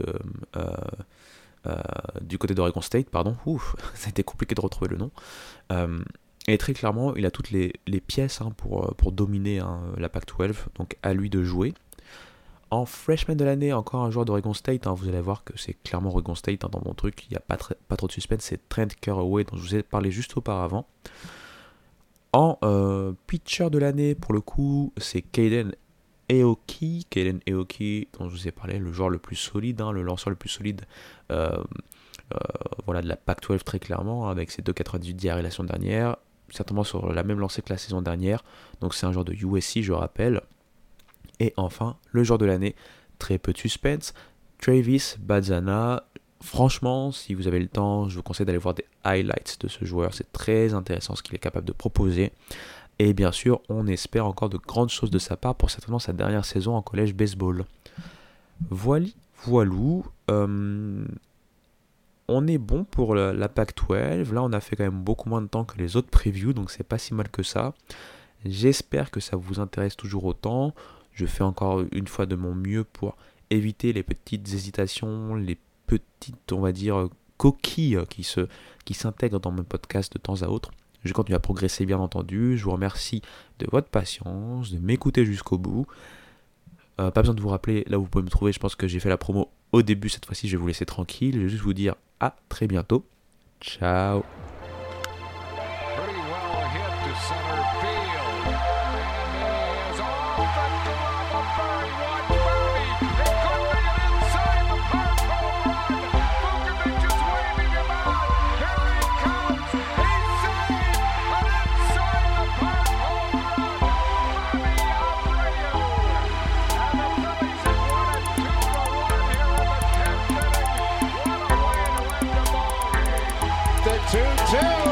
[SPEAKER 1] d'Oregon State, pardon. Ça a été compliqué de retrouver le nom. Et très clairement, il a toutes les pièces pour dominer la Pac-12, donc à lui de jouer. En freshman de l'année, encore un joueur d'Oregon State, vous allez voir que c'est clairement Oregon State dans mon truc, il n'y a pas trop de suspense, c'est Trent Carraway dont je vous ai parlé juste auparavant. En pitcher de l'année, pour le coup, c'est Caden Aoki, dont je vous ai parlé, le joueur le plus solide, le lanceur le plus solide de la Pac-12 très clairement, avec ses 2,98 d'IRA la saison dernière, certainement sur la même lancée que la saison dernière, donc c'est un joueur de USC, je rappelle. Et enfin, le joueur de l'année, très peu de suspense, Travis Bazzana. Franchement, si vous avez le temps, je vous conseille d'aller voir des highlights de ce joueur. C'est très intéressant ce qu'il est capable de proposer. Et bien sûr, on espère encore de grandes choses de sa part pour certainement sa dernière saison en collège baseball. Voilou. On est bon pour la Pac-12. Là, on a fait quand même beaucoup moins de temps que les autres previews, donc c'est pas si mal que ça. J'espère que ça vous intéresse toujours autant. Je fais encore une fois de mon mieux pour éviter les petites hésitations, les petites, on va dire, coquilles qui s'intègrent dans mon podcast de temps à autre. Je continue à progresser, bien entendu. Je vous remercie de votre patience, de m'écouter jusqu'au bout. Pas besoin de vous rappeler là où vous pouvez me trouver. Je pense que j'ai fait la promo au début. Cette fois-ci, je vais vous laisser tranquille. Je vais juste vous dire à très bientôt. Ciao.
[SPEAKER 2] The 2-2.